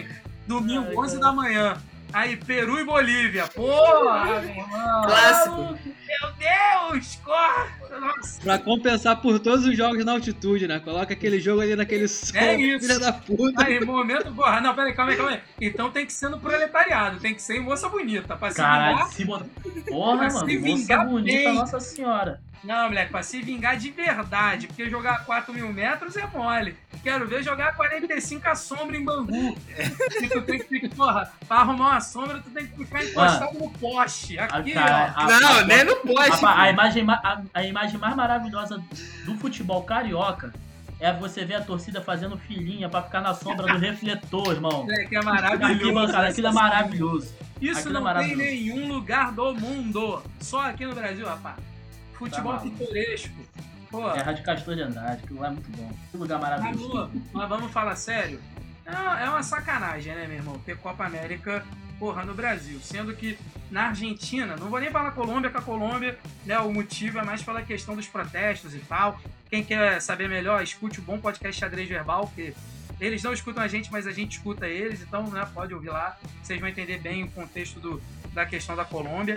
Domingo, Ai, onze cara. da manhã. Aí, Peru e Bolívia. Porra, meu irmão. Clássico. Meu Deus, corta. Nossa. Pra compensar por todos os jogos na altitude, né? Coloca aquele jogo ali naquele sol, É isso. filha da puta. Aí, momento, porra. Não, peraí, calma aí, calma aí. Então tem que ser no proletariado, tem que ser em moça bonita. Pra se Caralho, vingar. se botar. Porra, Pra se mano. vingar Moça bonita, bem. Nossa Senhora. Não, moleque, pra se vingar de verdade. Porque jogar quatro mil metros é mole. Quero ver jogar quarenta e cinco a sombra em Bangu. Que tu tem que ficar, porra, pra arrumar uma sombra, tu tem que ficar encostado no poste. Aqui, cara, ó. a- Não, a- nem no poste. Rapaz, a, imagem, ma- a, a imagem mais maravilhosa do futebol carioca é você ver a torcida fazendo filinha pra ficar na sombra do refletor, irmão. Moleque, é Aquilo, maravilhoso. cara, aquilo é maravilhoso. Isso Aquilo é não tem maravilhoso. nenhum lugar do mundo. Só aqui no Brasil, rapaz. Futebol Tá maluco. pitoresco. Pô, Terra de Castor de Andrade, aquilo lá é muito bom. Que lugar maravilhoso. Manu, mas vamos falar sério? É, é uma sacanagem, né, meu irmão? Ter Copa América, porra, no Brasil. Sendo que na Argentina, não vou nem falar Colômbia, que a Colômbia, né, o motivo é mais pela questão dos protestos e tal. Quem quer saber melhor, escute o bom podcast Xadrez Verbal, que eles não escutam a gente, mas a gente escuta eles, então, né, pode ouvir lá. Vocês vão entender bem o contexto do, da questão da Colômbia.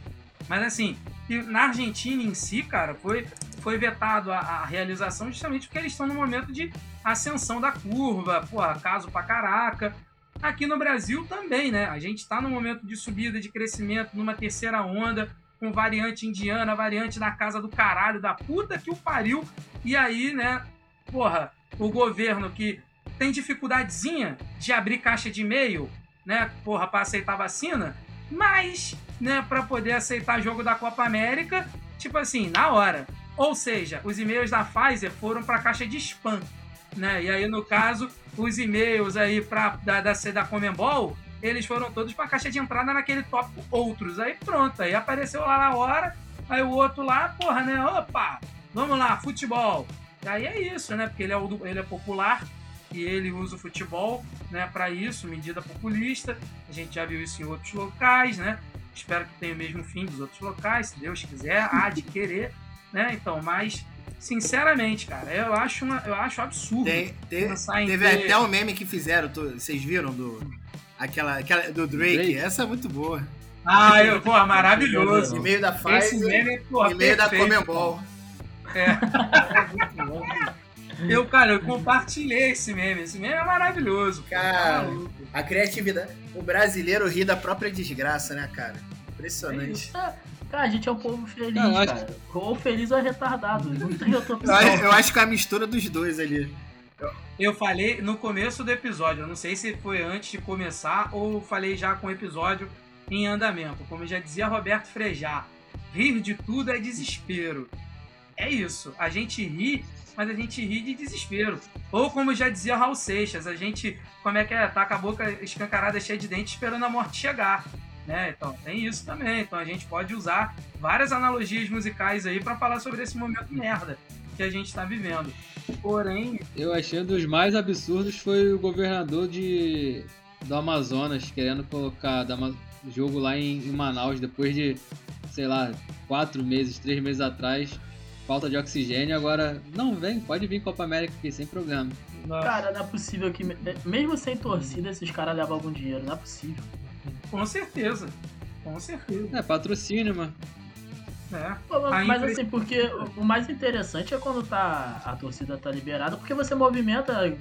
Mas assim, que na Argentina em si, cara, foi, foi vetado a, a realização justamente porque eles estão no momento de ascensão da curva, porra, caso pra caraca. Aqui no Brasil também, né? A gente tá no momento de subida, de crescimento, numa terceira onda, com variante indiana, variante da casa do caralho, da puta que o pariu. E aí, né, porra, o governo que tem dificuldadezinha de abrir caixa de e-mail, né, porra, pra aceitar vacina, mas, né, para poder aceitar jogo da Copa América, tipo assim, na hora. Ou seja, os e-mails da Pfizer foram para a caixa de spam, né? E aí, no caso, os e-mails aí pra, da, da, da Conmebol, eles foram todos para a caixa de entrada naquele tópico outros. Aí pronto, aí apareceu lá na hora, aí o outro lá, porra, né? Opa, vamos lá, futebol. E aí é isso, né? Porque ele é, o, ele é popular, e ele usa o futebol, né, para isso, medida populista. A gente já viu isso em outros locais, né? Espero que tenha o mesmo fim dos outros locais, se Deus quiser, há de querer, né? Então, mas, sinceramente, cara, eu acho, uma, eu acho absurdo. Tem, te- pensar em teve ter- até o meme que fizeram, tu- vocês viram? Do, aquela, aquela, do Drake. Drake. Essa é muito boa. Ah, eu, porra, maravilhoso. E-mail da Esse Pfizer, meme é, porra, e-mail da perfeito. Comembol. Eu, cara, eu compartilhei esse meme. Esse meme é maravilhoso. Cara, Tá maluco. a criatividade. O brasileiro ri da própria desgraça, né, cara? É Impressionante. isso. Ah, Cara, a gente é um povo feliz, Não, eu acho- cara. Ou feliz ou é retardado. Não tem outra Eu, opção. acho- eu acho que é a mistura dos dois ali. Eu falei no começo do episódio, eu não sei se foi antes de começar ou falei já com o episódio em andamento. Como já dizia Roberto Frejá, rir de tudo é desespero. É isso, a gente ri, mas a gente ri de desespero. Ou como já dizia Raul Seixas, a gente, como é que é, tá com a boca escancarada cheia de dentes esperando a morte chegar. Né? Então, tem isso também. Então a gente pode usar várias analogias musicais aí pra falar sobre esse momento merda que a gente tá vivendo. Porém, Eu achei um dos mais absurdos foi o governador de, do Amazonas querendo colocar da Ama- jogo lá em, em Manaus depois de, sei lá, quatro meses, três meses atrás, falta de oxigênio. Agora, não, vem, pode vir Copa América aqui, sem problema. Cara, não é possível que, mesmo sem torcida, esses caras levam algum dinheiro. Não é possível. com certeza. Com certeza. É, patrocínio, mano. É. Pô, mas A mas impre- assim, porque o o mais interessante é quando tá, a torcida tá liberada, porque você movimenta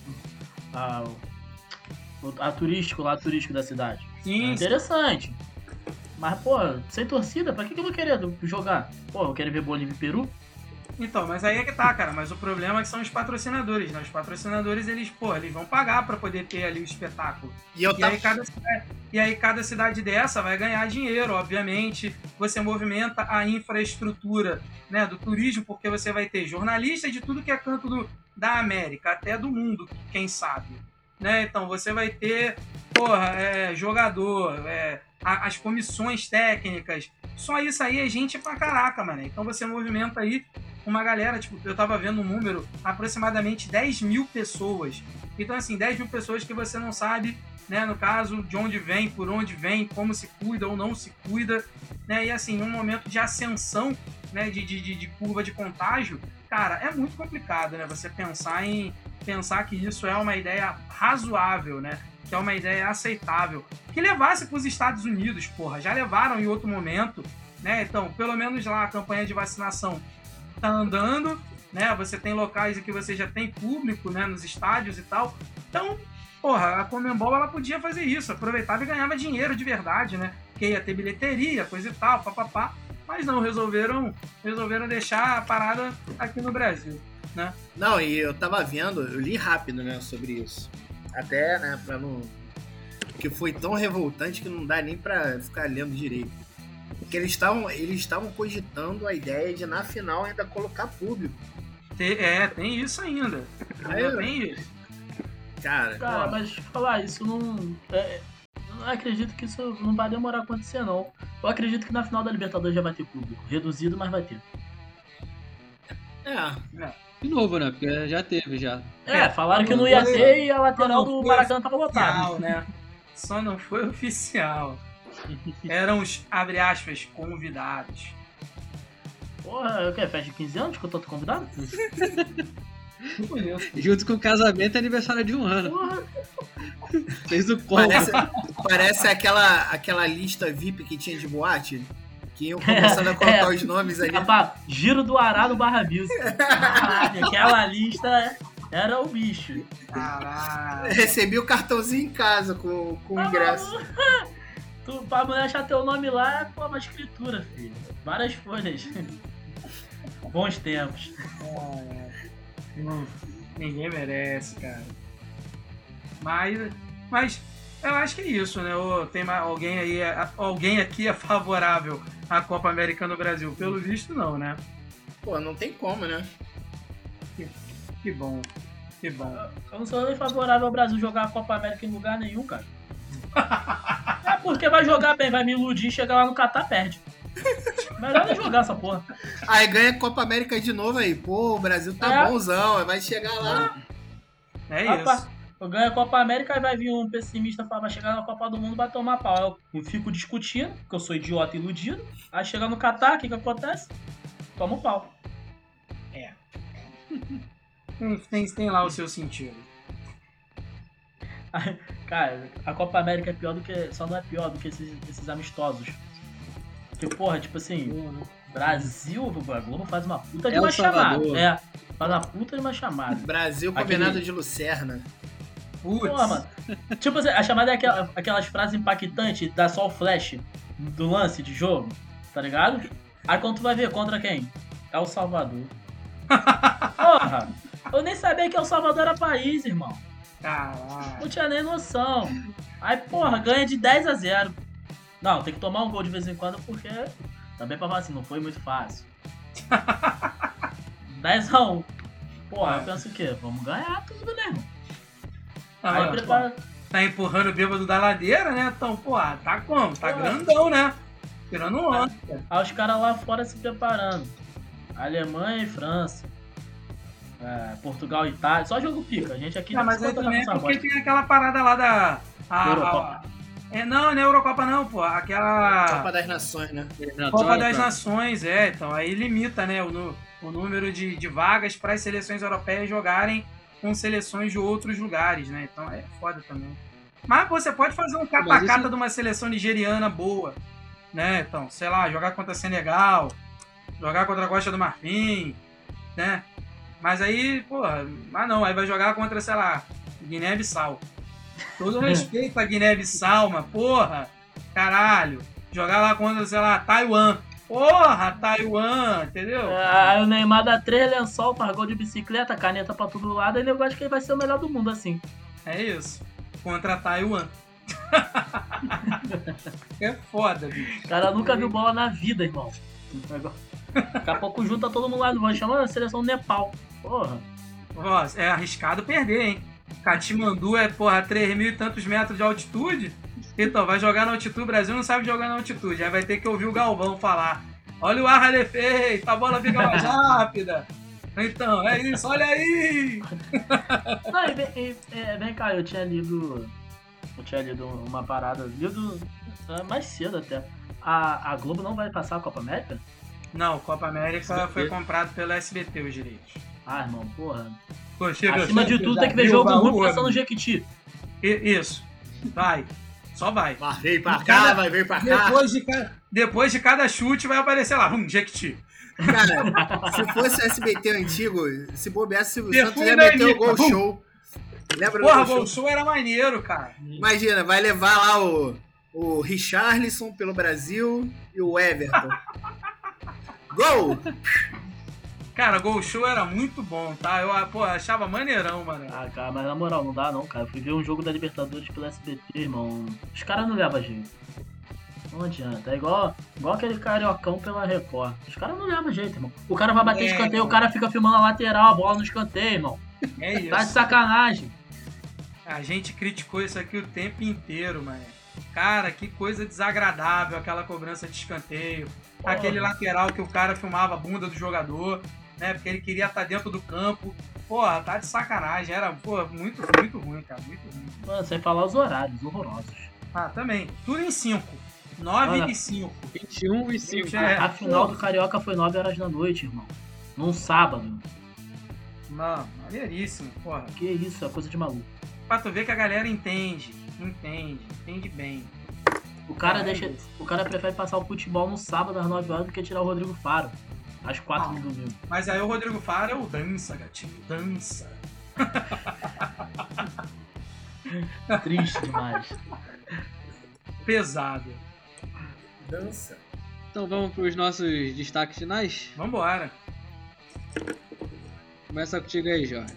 a, o a turístico lá, turístico da cidade. É Sim, interessante. Mas, pô, sem torcida, pra que, que eu vou querer jogar? Pô, eu quero ver Bolívia e Peru? então, mas aí é que tá, cara. Mas o problema é que são os patrocinadores, né? Os patrocinadores, eles, pô, eles vão pagar pra poder ter ali o espetáculo. E eu E tava. aí, cada cidade, e aí cada cidade dessa vai ganhar dinheiro, obviamente. Você movimenta a infraestrutura, né, do turismo, porque você vai ter jornalistas de tudo que é canto do, da América, até do mundo, quem sabe. Né? Então você vai ter, porra, é, jogador, é, a- as comissões técnicas. Só isso aí é gente pra caraca, mano. Então você movimenta aí uma galera, tipo, eu tava vendo um número, aproximadamente dez mil pessoas. Então, assim, dez mil pessoas que você não sabe, né, no caso, de onde vem, por onde vem, como se cuida ou não se cuida, né, e assim, num momento de ascensão, né, de, de, de- de curva de contágio, cara, é muito complicado, né, você pensar em, pensar que isso é uma ideia razoável, né? Que é uma ideia aceitável. Que levasse para os Estados Unidos, porra. Já levaram em outro momento, né? Então, pelo menos lá a campanha de vacinação tá andando, né? Você tem locais em que você já tem público, né? Nos estádios e tal. Então, porra, a Conmebol, ela podia fazer isso. Aproveitava e ganhava dinheiro de verdade, né? Porque ia ter bilheteria, coisa e tal, papapá. Mas não, resolveram, resolveram deixar a parada aqui no Brasil, né? Não, e eu tava vendo, eu li rápido, né, sobre isso. Até, né, pra não... Porque foi tão revoltante que não dá nem pra ficar lendo direito. Porque eles estavam eles estavam cogitando a ideia de, na final, ainda colocar público. É, tem isso ainda. Ainda tem isso. Cara, Cara, ó, mas falar isso não... É, eu não acredito que isso não vai demorar a acontecer, não. Eu acredito que na final da Libertadores já vai ter público. Reduzido, mas vai ter. é, De novo, né? Porque já teve, já. É, falaram que não ia foi- ter e a lateral não do foi Maracanã tava lotada. Oficial, né? Só não foi oficial. Eram os, abre aspas, convidados. Porra, o que? Festa de quinze anos que eu tô convidado? Junto com o casamento e aniversário de um ano. Porra, Fez o combo. parece, parece aquela, aquela lista V I P que tinha de boate, que iam começando a colocar É. os nomes ali. rapaz, giro do Ará no Barra Music. Caralho, aquela lista era o bicho. Caralho. Recebi o cartãozinho em casa com, com o Tá ingresso. maluco? Tu, pra mulher achar teu nome lá, pô, uma escritura, filho. Várias folhas. Bons tempos. Hum, Ninguém merece, cara. Mas, mas eu acho que é isso, né? Ô, tem mais, alguém aí, alguém aqui é favorável à Copa América no Brasil? Pelo visto, não, né? Pô, não tem como, né? Que bom, que bom. Eu não sou nem favorável ao Brasil jogar a Copa América em lugar nenhum, cara. É porque vai jogar bem, vai me iludir, chegar lá no Catar, perde. Melhor nem jogar essa porra. Aí ganha a Copa América de novo aí. Pô, o Brasil tá É. bonzão, vai chegar lá. É Rapaz, isso. eu ganho a Copa América e vai vir um pessimista falar, vai chegar na Copa do Mundo e vai tomar pau. Eu fico discutindo, porque eu sou idiota e iludido. Aí chega no Catar, o que que acontece? Toma um pau. Tem, tem, tem lá o seu sentido. Aí, cara, a Copa América é pior do que. Só não é pior do que esses, esses amistosos. Porque, porra, tipo assim, Brasil, a Globo faz uma puta de É uma o chamada. Salvador. É, faz uma puta de uma chamada. Brasil Aquele- combinado de Lucerna. Putz. Porra, mano. Tipo assim, a chamada é aquela- aquelas frases impactantes, dá só o flash do lance de jogo, tá ligado? Aí quando tu vai ver contra quem? É o Salvador. Porra, eu nem sabia que El Salvador era país, irmão. Caralho. Não tinha nem noção. Aí, porra, ganha de dez a zero. Não, tem que tomar um gol de vez em quando porque também pra falar assim, não foi muito fácil. dez a um. Porra, eu penso o quê? Vamos ganhar tudo, né, irmão? Ah, Aí ó, prepara. tá empurrando o bêbado da ladeira, né? Então, porra, tá como? Tá grandão, né? Tirando onda. Aí os caras lá fora se preparando. Alemanha e França. É, Portugal e Itália. Só jogo pica. A gente aqui Ah, mas não aí se também é conta com porque essa bosta. tem aquela parada lá da. A, Eurocopa. a- é, não, não é Eurocopa não, pô. Aquela. Copa das Nações, né? Copa das Nações, é. Então aí limita, né, o, nu- o número de, de vagas para as seleções europeias jogarem com seleções de outros lugares, né? Então é foda também. Mas você pode fazer um cata-cata isso- de uma seleção nigeriana boa, né? Então, sei lá, jogar contra Senegal, jogar contra a Costa do Marfim, né? Mas aí, porra, mas não, aí vai jogar contra, sei lá, Guiné-Bissau. Todo respeito a Guiné-Bissau, mas porra, caralho, jogar lá contra, sei lá, Taiwan. Porra, Taiwan, entendeu? Aí o Neymar dá três lençol, faz gol de bicicleta, caneta pra todo lado, e ele acha que ele vai ser o melhor do mundo assim. É isso. Contra Taiwan. É foda, bicho. O cara nunca viu bola na vida, irmão. Daqui a pouco junta todo mundo lá no vamos chama a seleção Nepal. Porra. Ó, é arriscado perder, hein? Katmandu é, porra, três mil e tantos metros de altitude. Então, vai jogar na altitude. O Brasil não sabe jogar na altitude. Aí vai ter que ouvir o Galvão falar. Olha o ar rarefeito, a bola fica mais rápida. Então, é isso, olha aí! Não, e vem, e, é, vem cá, eu tinha lido. Eu tinha lido uma parada, lido é, mais cedo até. A, a Globo não vai passar a Copa América? Não, Copa América S B T. foi comprado pela S B T os direitos. Ah, irmão, porra. Pô, chega, Acima chega, de tudo já tem que ver viu jogo o baú, ruim passando no amigo. Jequiti. I- Isso. Vai. Só vai. Vai, vem pra E cá, cada- vai, vem pra cá. Depois de, ca- depois de cada chute vai aparecer lá, um Jequiti. Cara, se fosse S B T antigo, se bobeasse, Silvio Defunda Santos ia meter aí, o Gol Bum. Show. Lembra Porra, do o Gol Gol Show? Show era maneiro, cara. Imagina, vai levar lá o, o Richarlison pelo Brasil e o Everton. Gol! Cara, Gol Show era muito bom, tá? Eu pô, achava maneirão, mano. Ah, cara, mas na moral, não dá não, cara. Eu fui ver um jogo da Libertadores pelo S B T, irmão. Os caras não levam jeito. Não adianta. É igual, igual aquele cariocão pela Record. Os caras não levam jeito, irmão. O cara vai bater É, escanteio, o cara. cara fica filmando a lateral, a bola no escanteio, irmão. É isso. Tá de sacanagem. A gente criticou isso aqui o tempo inteiro, mano. Cara, que coisa desagradável aquela cobrança de escanteio. Porra. Aquele lateral que o cara filmava a bunda do jogador, né? Porque ele queria estar dentro do campo. Porra, tá de sacanagem. Era, pô, muito, muito ruim, cara. Muito ruim. Mano, sem falar os horários, horrorosos. Ah, também. Tudo em cinco. nove Olha. e cinco. vinte e um e cinco. É. A final do Carioca foi nove horas da noite, irmão. Num sábado. Mano, maneiríssimo, porra. Que isso, é coisa de maluco. Pra tu ver que a galera entende. Entende. Entende bem. O cara, É deixa, isso. o cara prefere passar o futebol no sábado às nove horas do que tirar o Rodrigo Faro às quatro do domingo. Mas aí o Rodrigo Faro é o dança, gatinho. Dança. Triste demais. Pesado. Dança. Então vamos para os nossos destaques finais. Vambora. Começa contigo aí, Jorge.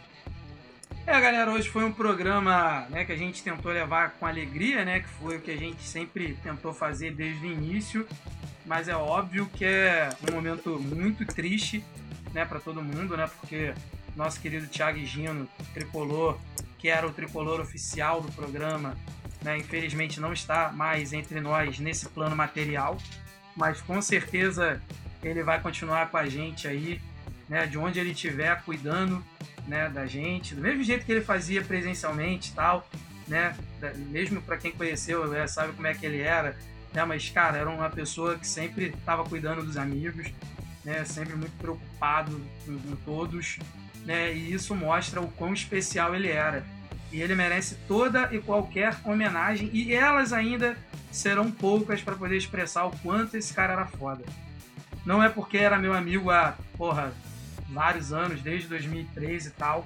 É, galera, hoje foi um programa, né, que a gente tentou levar com alegria, né, que foi o que a gente sempre tentou fazer desde o início, mas é óbvio que é um momento muito triste, né, para todo mundo, né, porque nosso querido Thiago Higino, tricolor, que era o tricolor oficial do programa, né, infelizmente não está mais entre nós nesse plano material, mas com certeza ele vai continuar com a gente aí, né, de onde ele estiver, cuidando, né, da gente, do mesmo jeito que ele fazia presencialmente e tal, né, da, mesmo para quem conheceu, né, sabe como é que ele era, né, mas, cara, era uma pessoa que sempre estava cuidando dos amigos, né, sempre muito preocupado com, com todos, né, e isso mostra o quão especial ele era. E ele merece toda e qualquer homenagem, e elas ainda serão poucas para poder expressar o quanto esse cara era foda. Não é porque era meu amigo há, porra, vários anos, desde dois mil e treze e tal,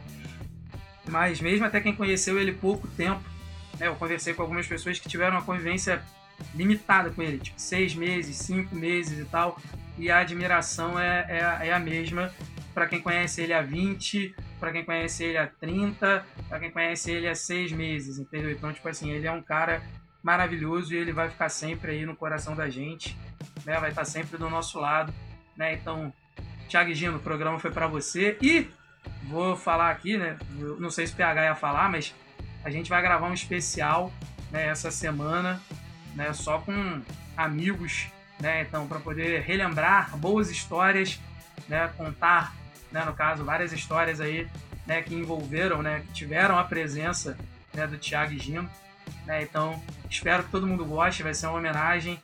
mas mesmo até quem conheceu ele pouco tempo, né, eu conversei com algumas pessoas que tiveram uma convivência limitada com ele, tipo seis meses, cinco meses e tal, e a admiração é, é, é a mesma para quem conhece ele há vinte, para quem conhece ele há trinta, para quem conhece ele há seis meses, entendeu? Então, tipo assim, ele é um cara maravilhoso e ele vai ficar sempre aí no coração da gente, né? Vai estar sempre do nosso lado, né? Então, Thiago Higino, o programa foi para você e vou falar aqui, né? Eu não sei se o P H ia falar, mas a gente vai gravar um especial, né, essa semana, né, só com amigos, né? Então, para poder relembrar boas histórias, né, contar, né, no caso, várias histórias aí, né, que envolveram, né, que tiveram a presença, né, do Thiago Higino, né? Então, espero que todo mundo goste, vai ser uma homenagem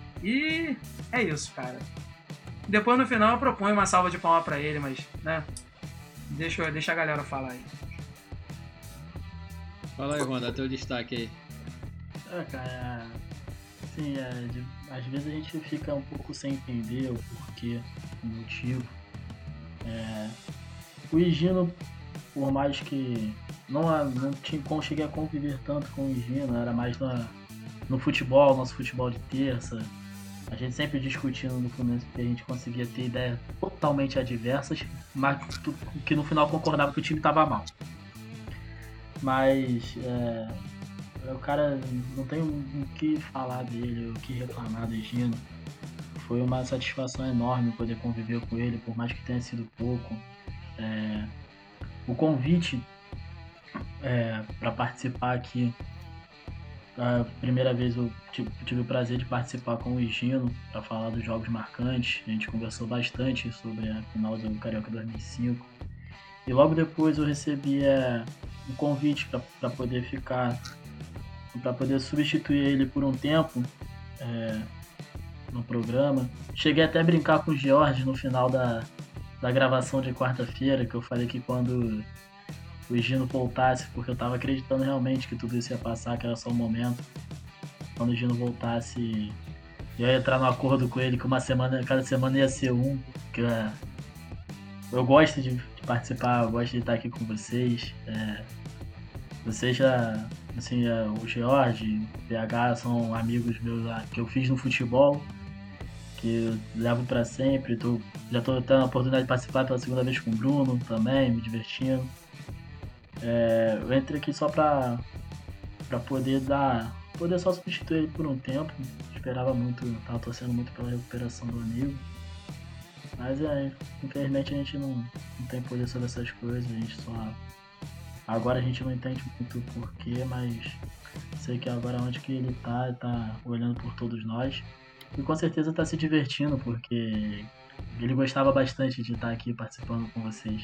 e é isso, cara. Depois no final eu proponho uma salva de palmas pra ele, mas, né, deixa, deixa a galera falar aí. Fala aí, Juan, dá teu destaque aí. É, cara, assim, é, de, às vezes a gente fica um pouco sem entender o porquê, o motivo. É, o Higino, por mais que não, não tinha, conseguia conviver tanto com o Higino, era mais na, no futebol, nosso futebol de terça. A gente sempre discutindo no Fluminense porque a gente conseguia ter ideias totalmente adversas, mas que no final concordava que o time estava mal. Mas é, o cara não tem o que falar dele, o que reclamar do Higino. Foi uma satisfação enorme poder conviver com ele, por mais que tenha sido pouco. É, o convite é, para participar aqui, a primeira vez eu tive, tive o prazer de participar com o Higino para falar dos jogos marcantes. A gente conversou bastante sobre a final do Carioca dois mil e cinco. E logo depois eu recebi é, um convite para poder ficar, para poder substituir ele por um tempo é, no programa. Cheguei até a brincar com o George no final da, da gravação de quarta-feira, que eu falei que quando o Gino voltasse, porque eu tava acreditando realmente que tudo isso ia passar, que era só um momento. Quando o Gino voltasse, eu ia entrar no acordo com ele que uma semana, cada semana ia ser um, porque eu, eu gosto de, de participar, eu gosto de estar aqui com vocês. É, vocês já, assim, é, o George, o P H são amigos meus lá, que eu fiz no futebol, que eu levo pra sempre. Tô, já tô tendo a oportunidade de participar pela segunda vez com o Bruno também, me divertindo. É, eu entrei aqui só pra, pra poder dar, poder só substituir ele por um tempo. Esperava muito, tava torcendo muito pela recuperação do amigo. Mas é, infelizmente a gente não, não tem poder sobre essas coisas, a gente só... Agora a gente não entende muito o porquê, mas sei que agora onde que ele tá, ele tá olhando por todos nós. E com certeza tá se divertindo, porque ele gostava bastante de estar aqui participando com vocês.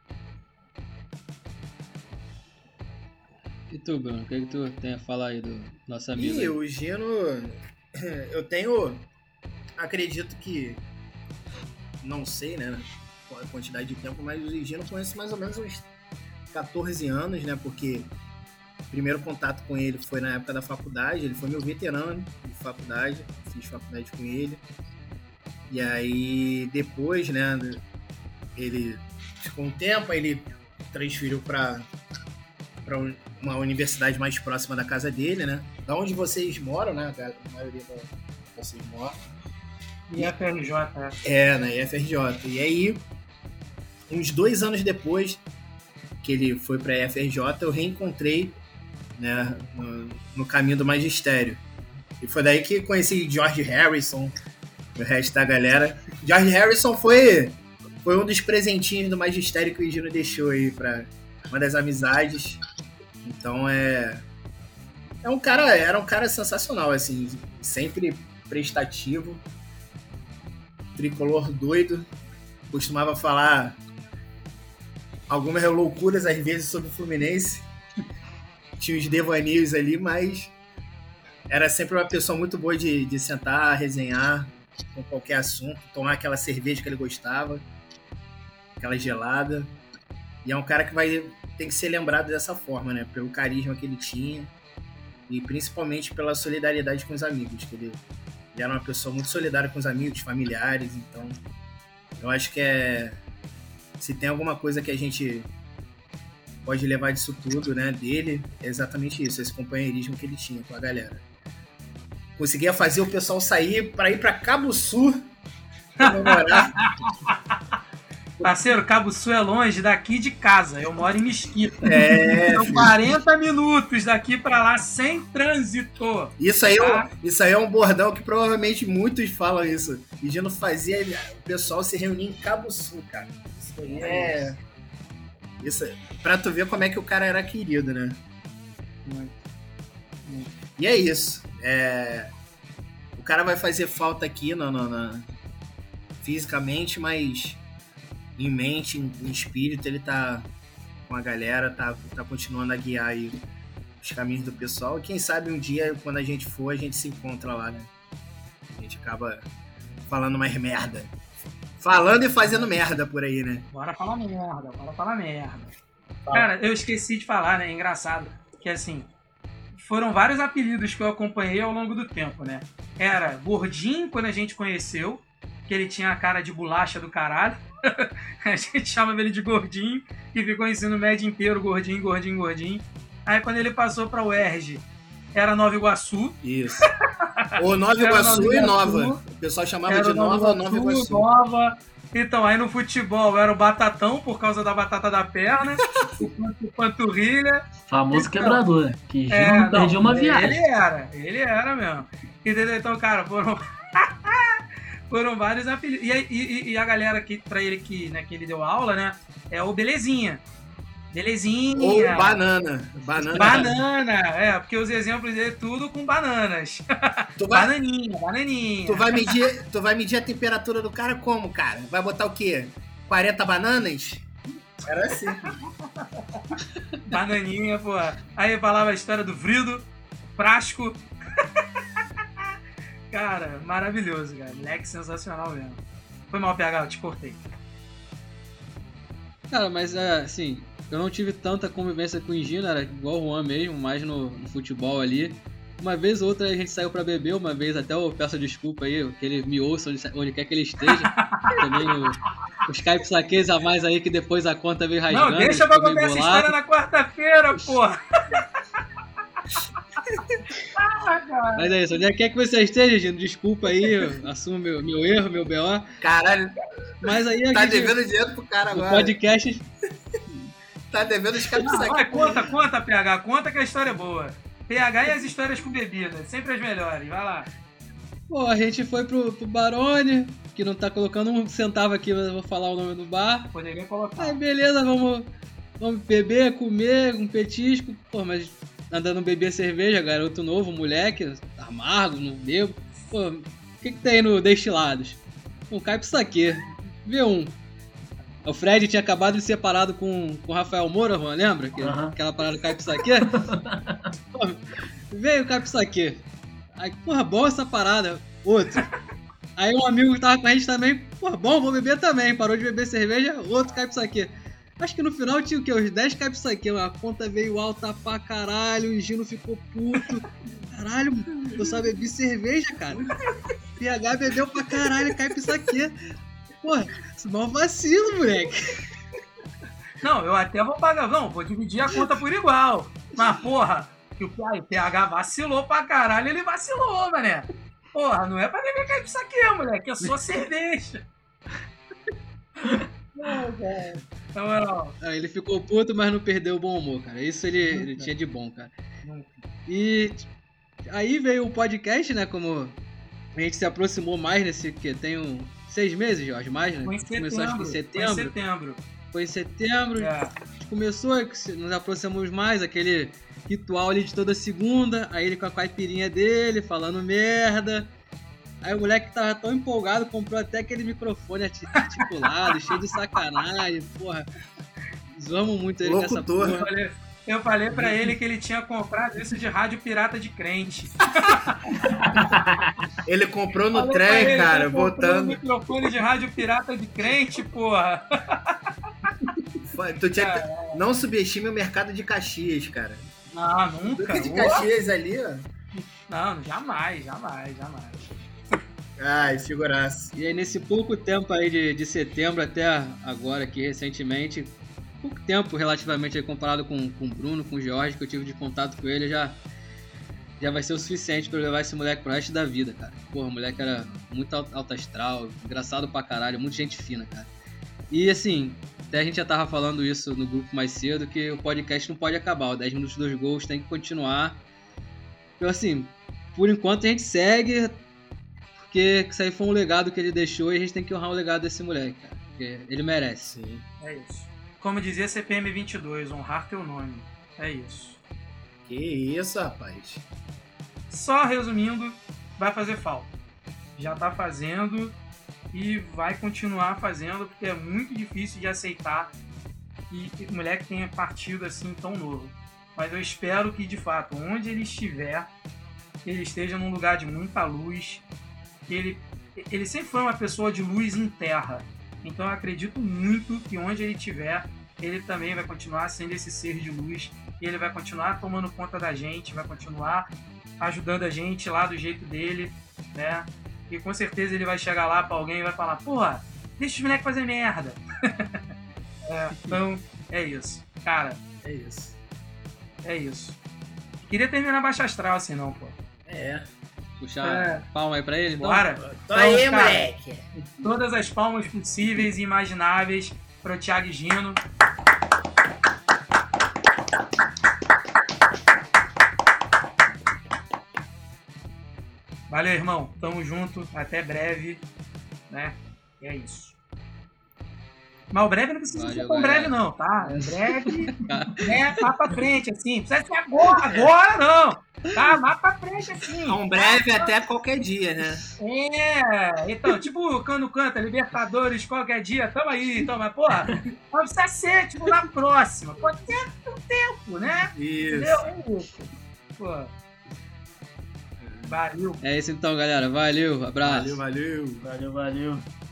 E tu, Bruno, o que, que tu tem a falar aí do nosso amigo? E o Gino, eu tenho, acredito que, não sei, né, a quantidade de tempo, mas o Gino conheço mais ou menos uns catorze anos, né, porque o primeiro contato com ele foi na época da faculdade, ele foi meu veterano de faculdade, fiz faculdade com ele, e aí depois, né, ele ficou um tempo, aí ele transferiu para para uma universidade mais próxima da casa dele, né, da onde vocês moram, né, a maioria de vocês moram. I F R J, né? É, na I F R J, e aí, uns dois anos depois que ele foi para a I F R J, eu reencontrei, né, no, no caminho do magistério. E foi daí que conheci George Harrison, o resto da galera. George Harrison foi, foi um dos presentinhos do magistério que o Gino deixou aí para uma das amizades. Então é, é um cara, era um cara sensacional, assim, sempre prestativo, tricolor doido, costumava falar algumas loucuras às vezes sobre o Fluminense. Tinha uns devaneios ali, mas era sempre uma pessoa muito boa de, de sentar, resenhar com qualquer assunto, tomar aquela cerveja que ele gostava, aquela gelada. E é um cara que vai tem que ser lembrado dessa forma, né? Pelo carisma que ele tinha e principalmente pela solidariedade com os amigos, que ele, ele era uma pessoa muito solidária com os amigos, familiares. Então eu acho que é, se tem alguma coisa que a gente pode levar disso tudo, né, dele, é exatamente isso, esse companheirismo que ele tinha com a galera. Conseguia fazer o pessoal sair para ir para Cabo Sul comemorar. Parceiro, Cabo Sul é longe daqui de casa, eu moro em Mesquita. É, São quarenta minutos daqui para lá sem trânsito. Isso aí, tá? é, isso aí é um bordão que provavelmente muitos falam isso. E Gino fazia o pessoal se reunir em Cabo Sul, cara. Isso aí é... Isso, pra tu ver como é que o cara era querido, né? Muito. Muito. E é isso. É... O cara vai fazer falta aqui no, no, no... fisicamente, mas em mente, em, em espírito, ele tá com a galera, tá, tá continuando a guiar aí os caminhos do pessoal. E quem sabe um dia, quando a gente for, a gente se encontra lá, né? A gente acaba falando mais merda. Falando e fazendo merda por aí, né? Bora falar merda, bora falar merda. Cara, eu esqueci de falar, né? É engraçado. Que assim, foram vários apelidos que eu acompanhei ao longo do tempo, né? Era Gordinho, quando a gente conheceu, que ele tinha a cara de bolacha do caralho. A gente chamava ele de Gordinho, e ficou ensino médio inteiro, Gordinho, Gordinho, Gordinho. Aí quando ele passou pra U E R J, era Nova Iguaçu. Isso. Ou Nova Iguaçu, Nova Iguaçu e Nova. O pessoal chamava era de Nova, Nova Iguaçu. Nova. Então, aí no futebol era o Batatão, por causa da batata da perna, o Panturrilha. Famoso então, quebrador, que já é, não perdia uma viagem. Ele era, ele era mesmo. Entendeu? Então, cara, foram... foram vários apelidos. E, e, e a galera que, pra ele que, né, que ele deu aula, né, é o Belezinha. Belezinha. Ou Banana. Banana. Banana, é, porque os exemplos dele tudo com bananas. Tu vai, bananinha, bananinha. Tu vai, medir, tu vai medir a temperatura do cara como, cara? Vai botar o quê? quarenta bananas? Era assim. Bananinha, pô. Aí falava a história do Vrido, Frasco. Cara, maravilhoso, cara. Moleque sensacional mesmo. Foi mal, P H, eu te cortei. Cara, mas assim, eu não tive tanta convivência com o Higino, era igual o Juan mesmo, mais no, no futebol ali. Uma vez ou outra a gente saiu pra beber, uma vez até eu peço desculpa aí, que ele me ouça onde, onde quer que ele esteja. Também o, os caipsaques a mais aí, que depois a conta veio rasgando. Não, deixa pra contar essa história na quarta-feira, porra. Ah, mas é isso, onde quer que você esteja, Gino, desculpa aí, eu assumo meu, meu erro, meu B O. Caralho, mas aí a tá gente, devendo dinheiro pro cara agora. O podcast... tá devendo os caipsaques. Conta, conta, P H, conta que a história é boa. P H e as histórias com bebida, sempre as melhores, vai lá. Pô, a gente foi pro, pro Barone, que não tá colocando um centavo aqui, mas eu vou falar o nome do bar. Poderia colocar. Aí beleza, vamos, vamos beber, comer, um petisco. Pô, mas andando beber cerveja, garoto novo, moleque, amargo, não bebo. Pô, o que que tem no Destilados? Um caipsaque, V um. O Fred tinha acabado de ser separado com o Rafael Moura, Juan, lembra? Que, uhum. Aquela parada do caipsaque. Veio o caipsaque. Aí, porra, bom essa parada. Outro. Aí um amigo que tava com a gente também, porra, bom, vou beber também. Parou de beber cerveja, outro caipsaque. Acho que no final tinha o quê? Uns dez caipsaque. A conta veio alta pra caralho, o Gino ficou puto. Caralho, eu só bebi cerveja, cara. P H bebeu pra caralho, caipsaque. Porra, isso é um vacilo, moleque. Não, eu até vou pagar. Não, vou dividir a conta por igual. Mas, porra, que o P H vacilou pra caralho, ele vacilou, mané. Porra, não é pra beber caipsaque, moleque, é só cerveja. Não, velho. Então, não. Ah, ele ficou puto, mas não perdeu o bom humor, cara. Isso ele, ele tinha de bom, cara. E aí veio o podcast, né? Como a gente se aproximou mais nesse que tem um seis meses, Jorge, mais, né? Foi em setembro. Começou acho que em setembro. Foi em setembro. Foi em setembro. É. A gente começou, nos aproximamos mais, aquele ritual ali de toda segunda. Aí ele com a caipirinha dele, falando merda. Aí o moleque tava tão empolgado, comprou até aquele microfone articulado, cheio de sacanagem, porra. Zoamos muito ele com essa porra. Eu falei, eu falei pra ele que ele tinha comprado isso de rádio pirata de crente. Ele comprou no falei trem, ele, cara, ele botando. Um microfone de rádio pirata de crente, porra. Tu tinha... Não subestime o mercado de Caxias, cara. Não, nunca. Duque de Caxias ali, ó. Não, jamais, jamais, jamais. Ai, figuraça. E aí nesse pouco tempo aí de, de setembro até agora, aqui recentemente, pouco tempo relativamente aí comparado com, com o Bruno, com o Jorge, que eu tive de contato com ele, já, já vai ser o suficiente pra eu levar esse moleque pro resto da vida, cara. Porra, o moleque era muito alto astral, engraçado pra caralho, muita gente fina, cara. E assim, até a gente já tava falando isso no grupo mais cedo, que o podcast não pode acabar, o dez minutos dos gols tem que continuar. Então assim, por enquanto a gente segue, porque isso aí foi um legado que ele deixou e a gente tem que honrar o legado desse moleque, cara, porque ele merece. Sim. É isso. Como dizia C P M vinte e dois, honrar teu nome. É isso. Que isso, rapaz. Só resumindo, vai fazer falta. Já tá fazendo e vai continuar fazendo, porque é muito difícil de aceitar que o moleque tenha partido assim tão novo. Mas eu espero que, de fato, onde ele estiver, ele esteja num lugar de muita luz. Que ele, ele sempre foi uma pessoa de luz em terra. Então eu acredito muito que onde ele estiver, ele também vai continuar sendo esse ser de luz. E ele vai continuar tomando conta da gente, vai continuar ajudando a gente lá do jeito dele, né? E com certeza ele vai chegar lá pra alguém e vai falar: porra, deixa os moleques fazer merda. É, então, é isso. Cara, é isso. É isso. Queria terminar Baixa Astral assim, não, pô. É. Puxar é. palma aí pra ele, então? Bora. Tô então, aí, cara, moleque. Todas as palmas possíveis e imagináveis pro Thiago Higino. Valeu, irmão. Tamo junto. Até breve. Né? E é isso. Mas o breve não precisa Valeu, ser tão breve, não, tá? É breve, né? Lá pra frente, assim. Não precisa ser agora, agora não. Tá? Lá pra frente, assim. Um breve tá? Até qualquer dia, né? É. Então, tipo, quando canta Libertadores qualquer dia, tamo aí. Então, mas, porra, não precisa ser, tipo, na próxima. Pode ter um tempo, né? Isso. Entendeu? Isso. Pô. Valeu. É isso então, galera. Valeu. Abraço. Valeu, valeu. Valeu, valeu.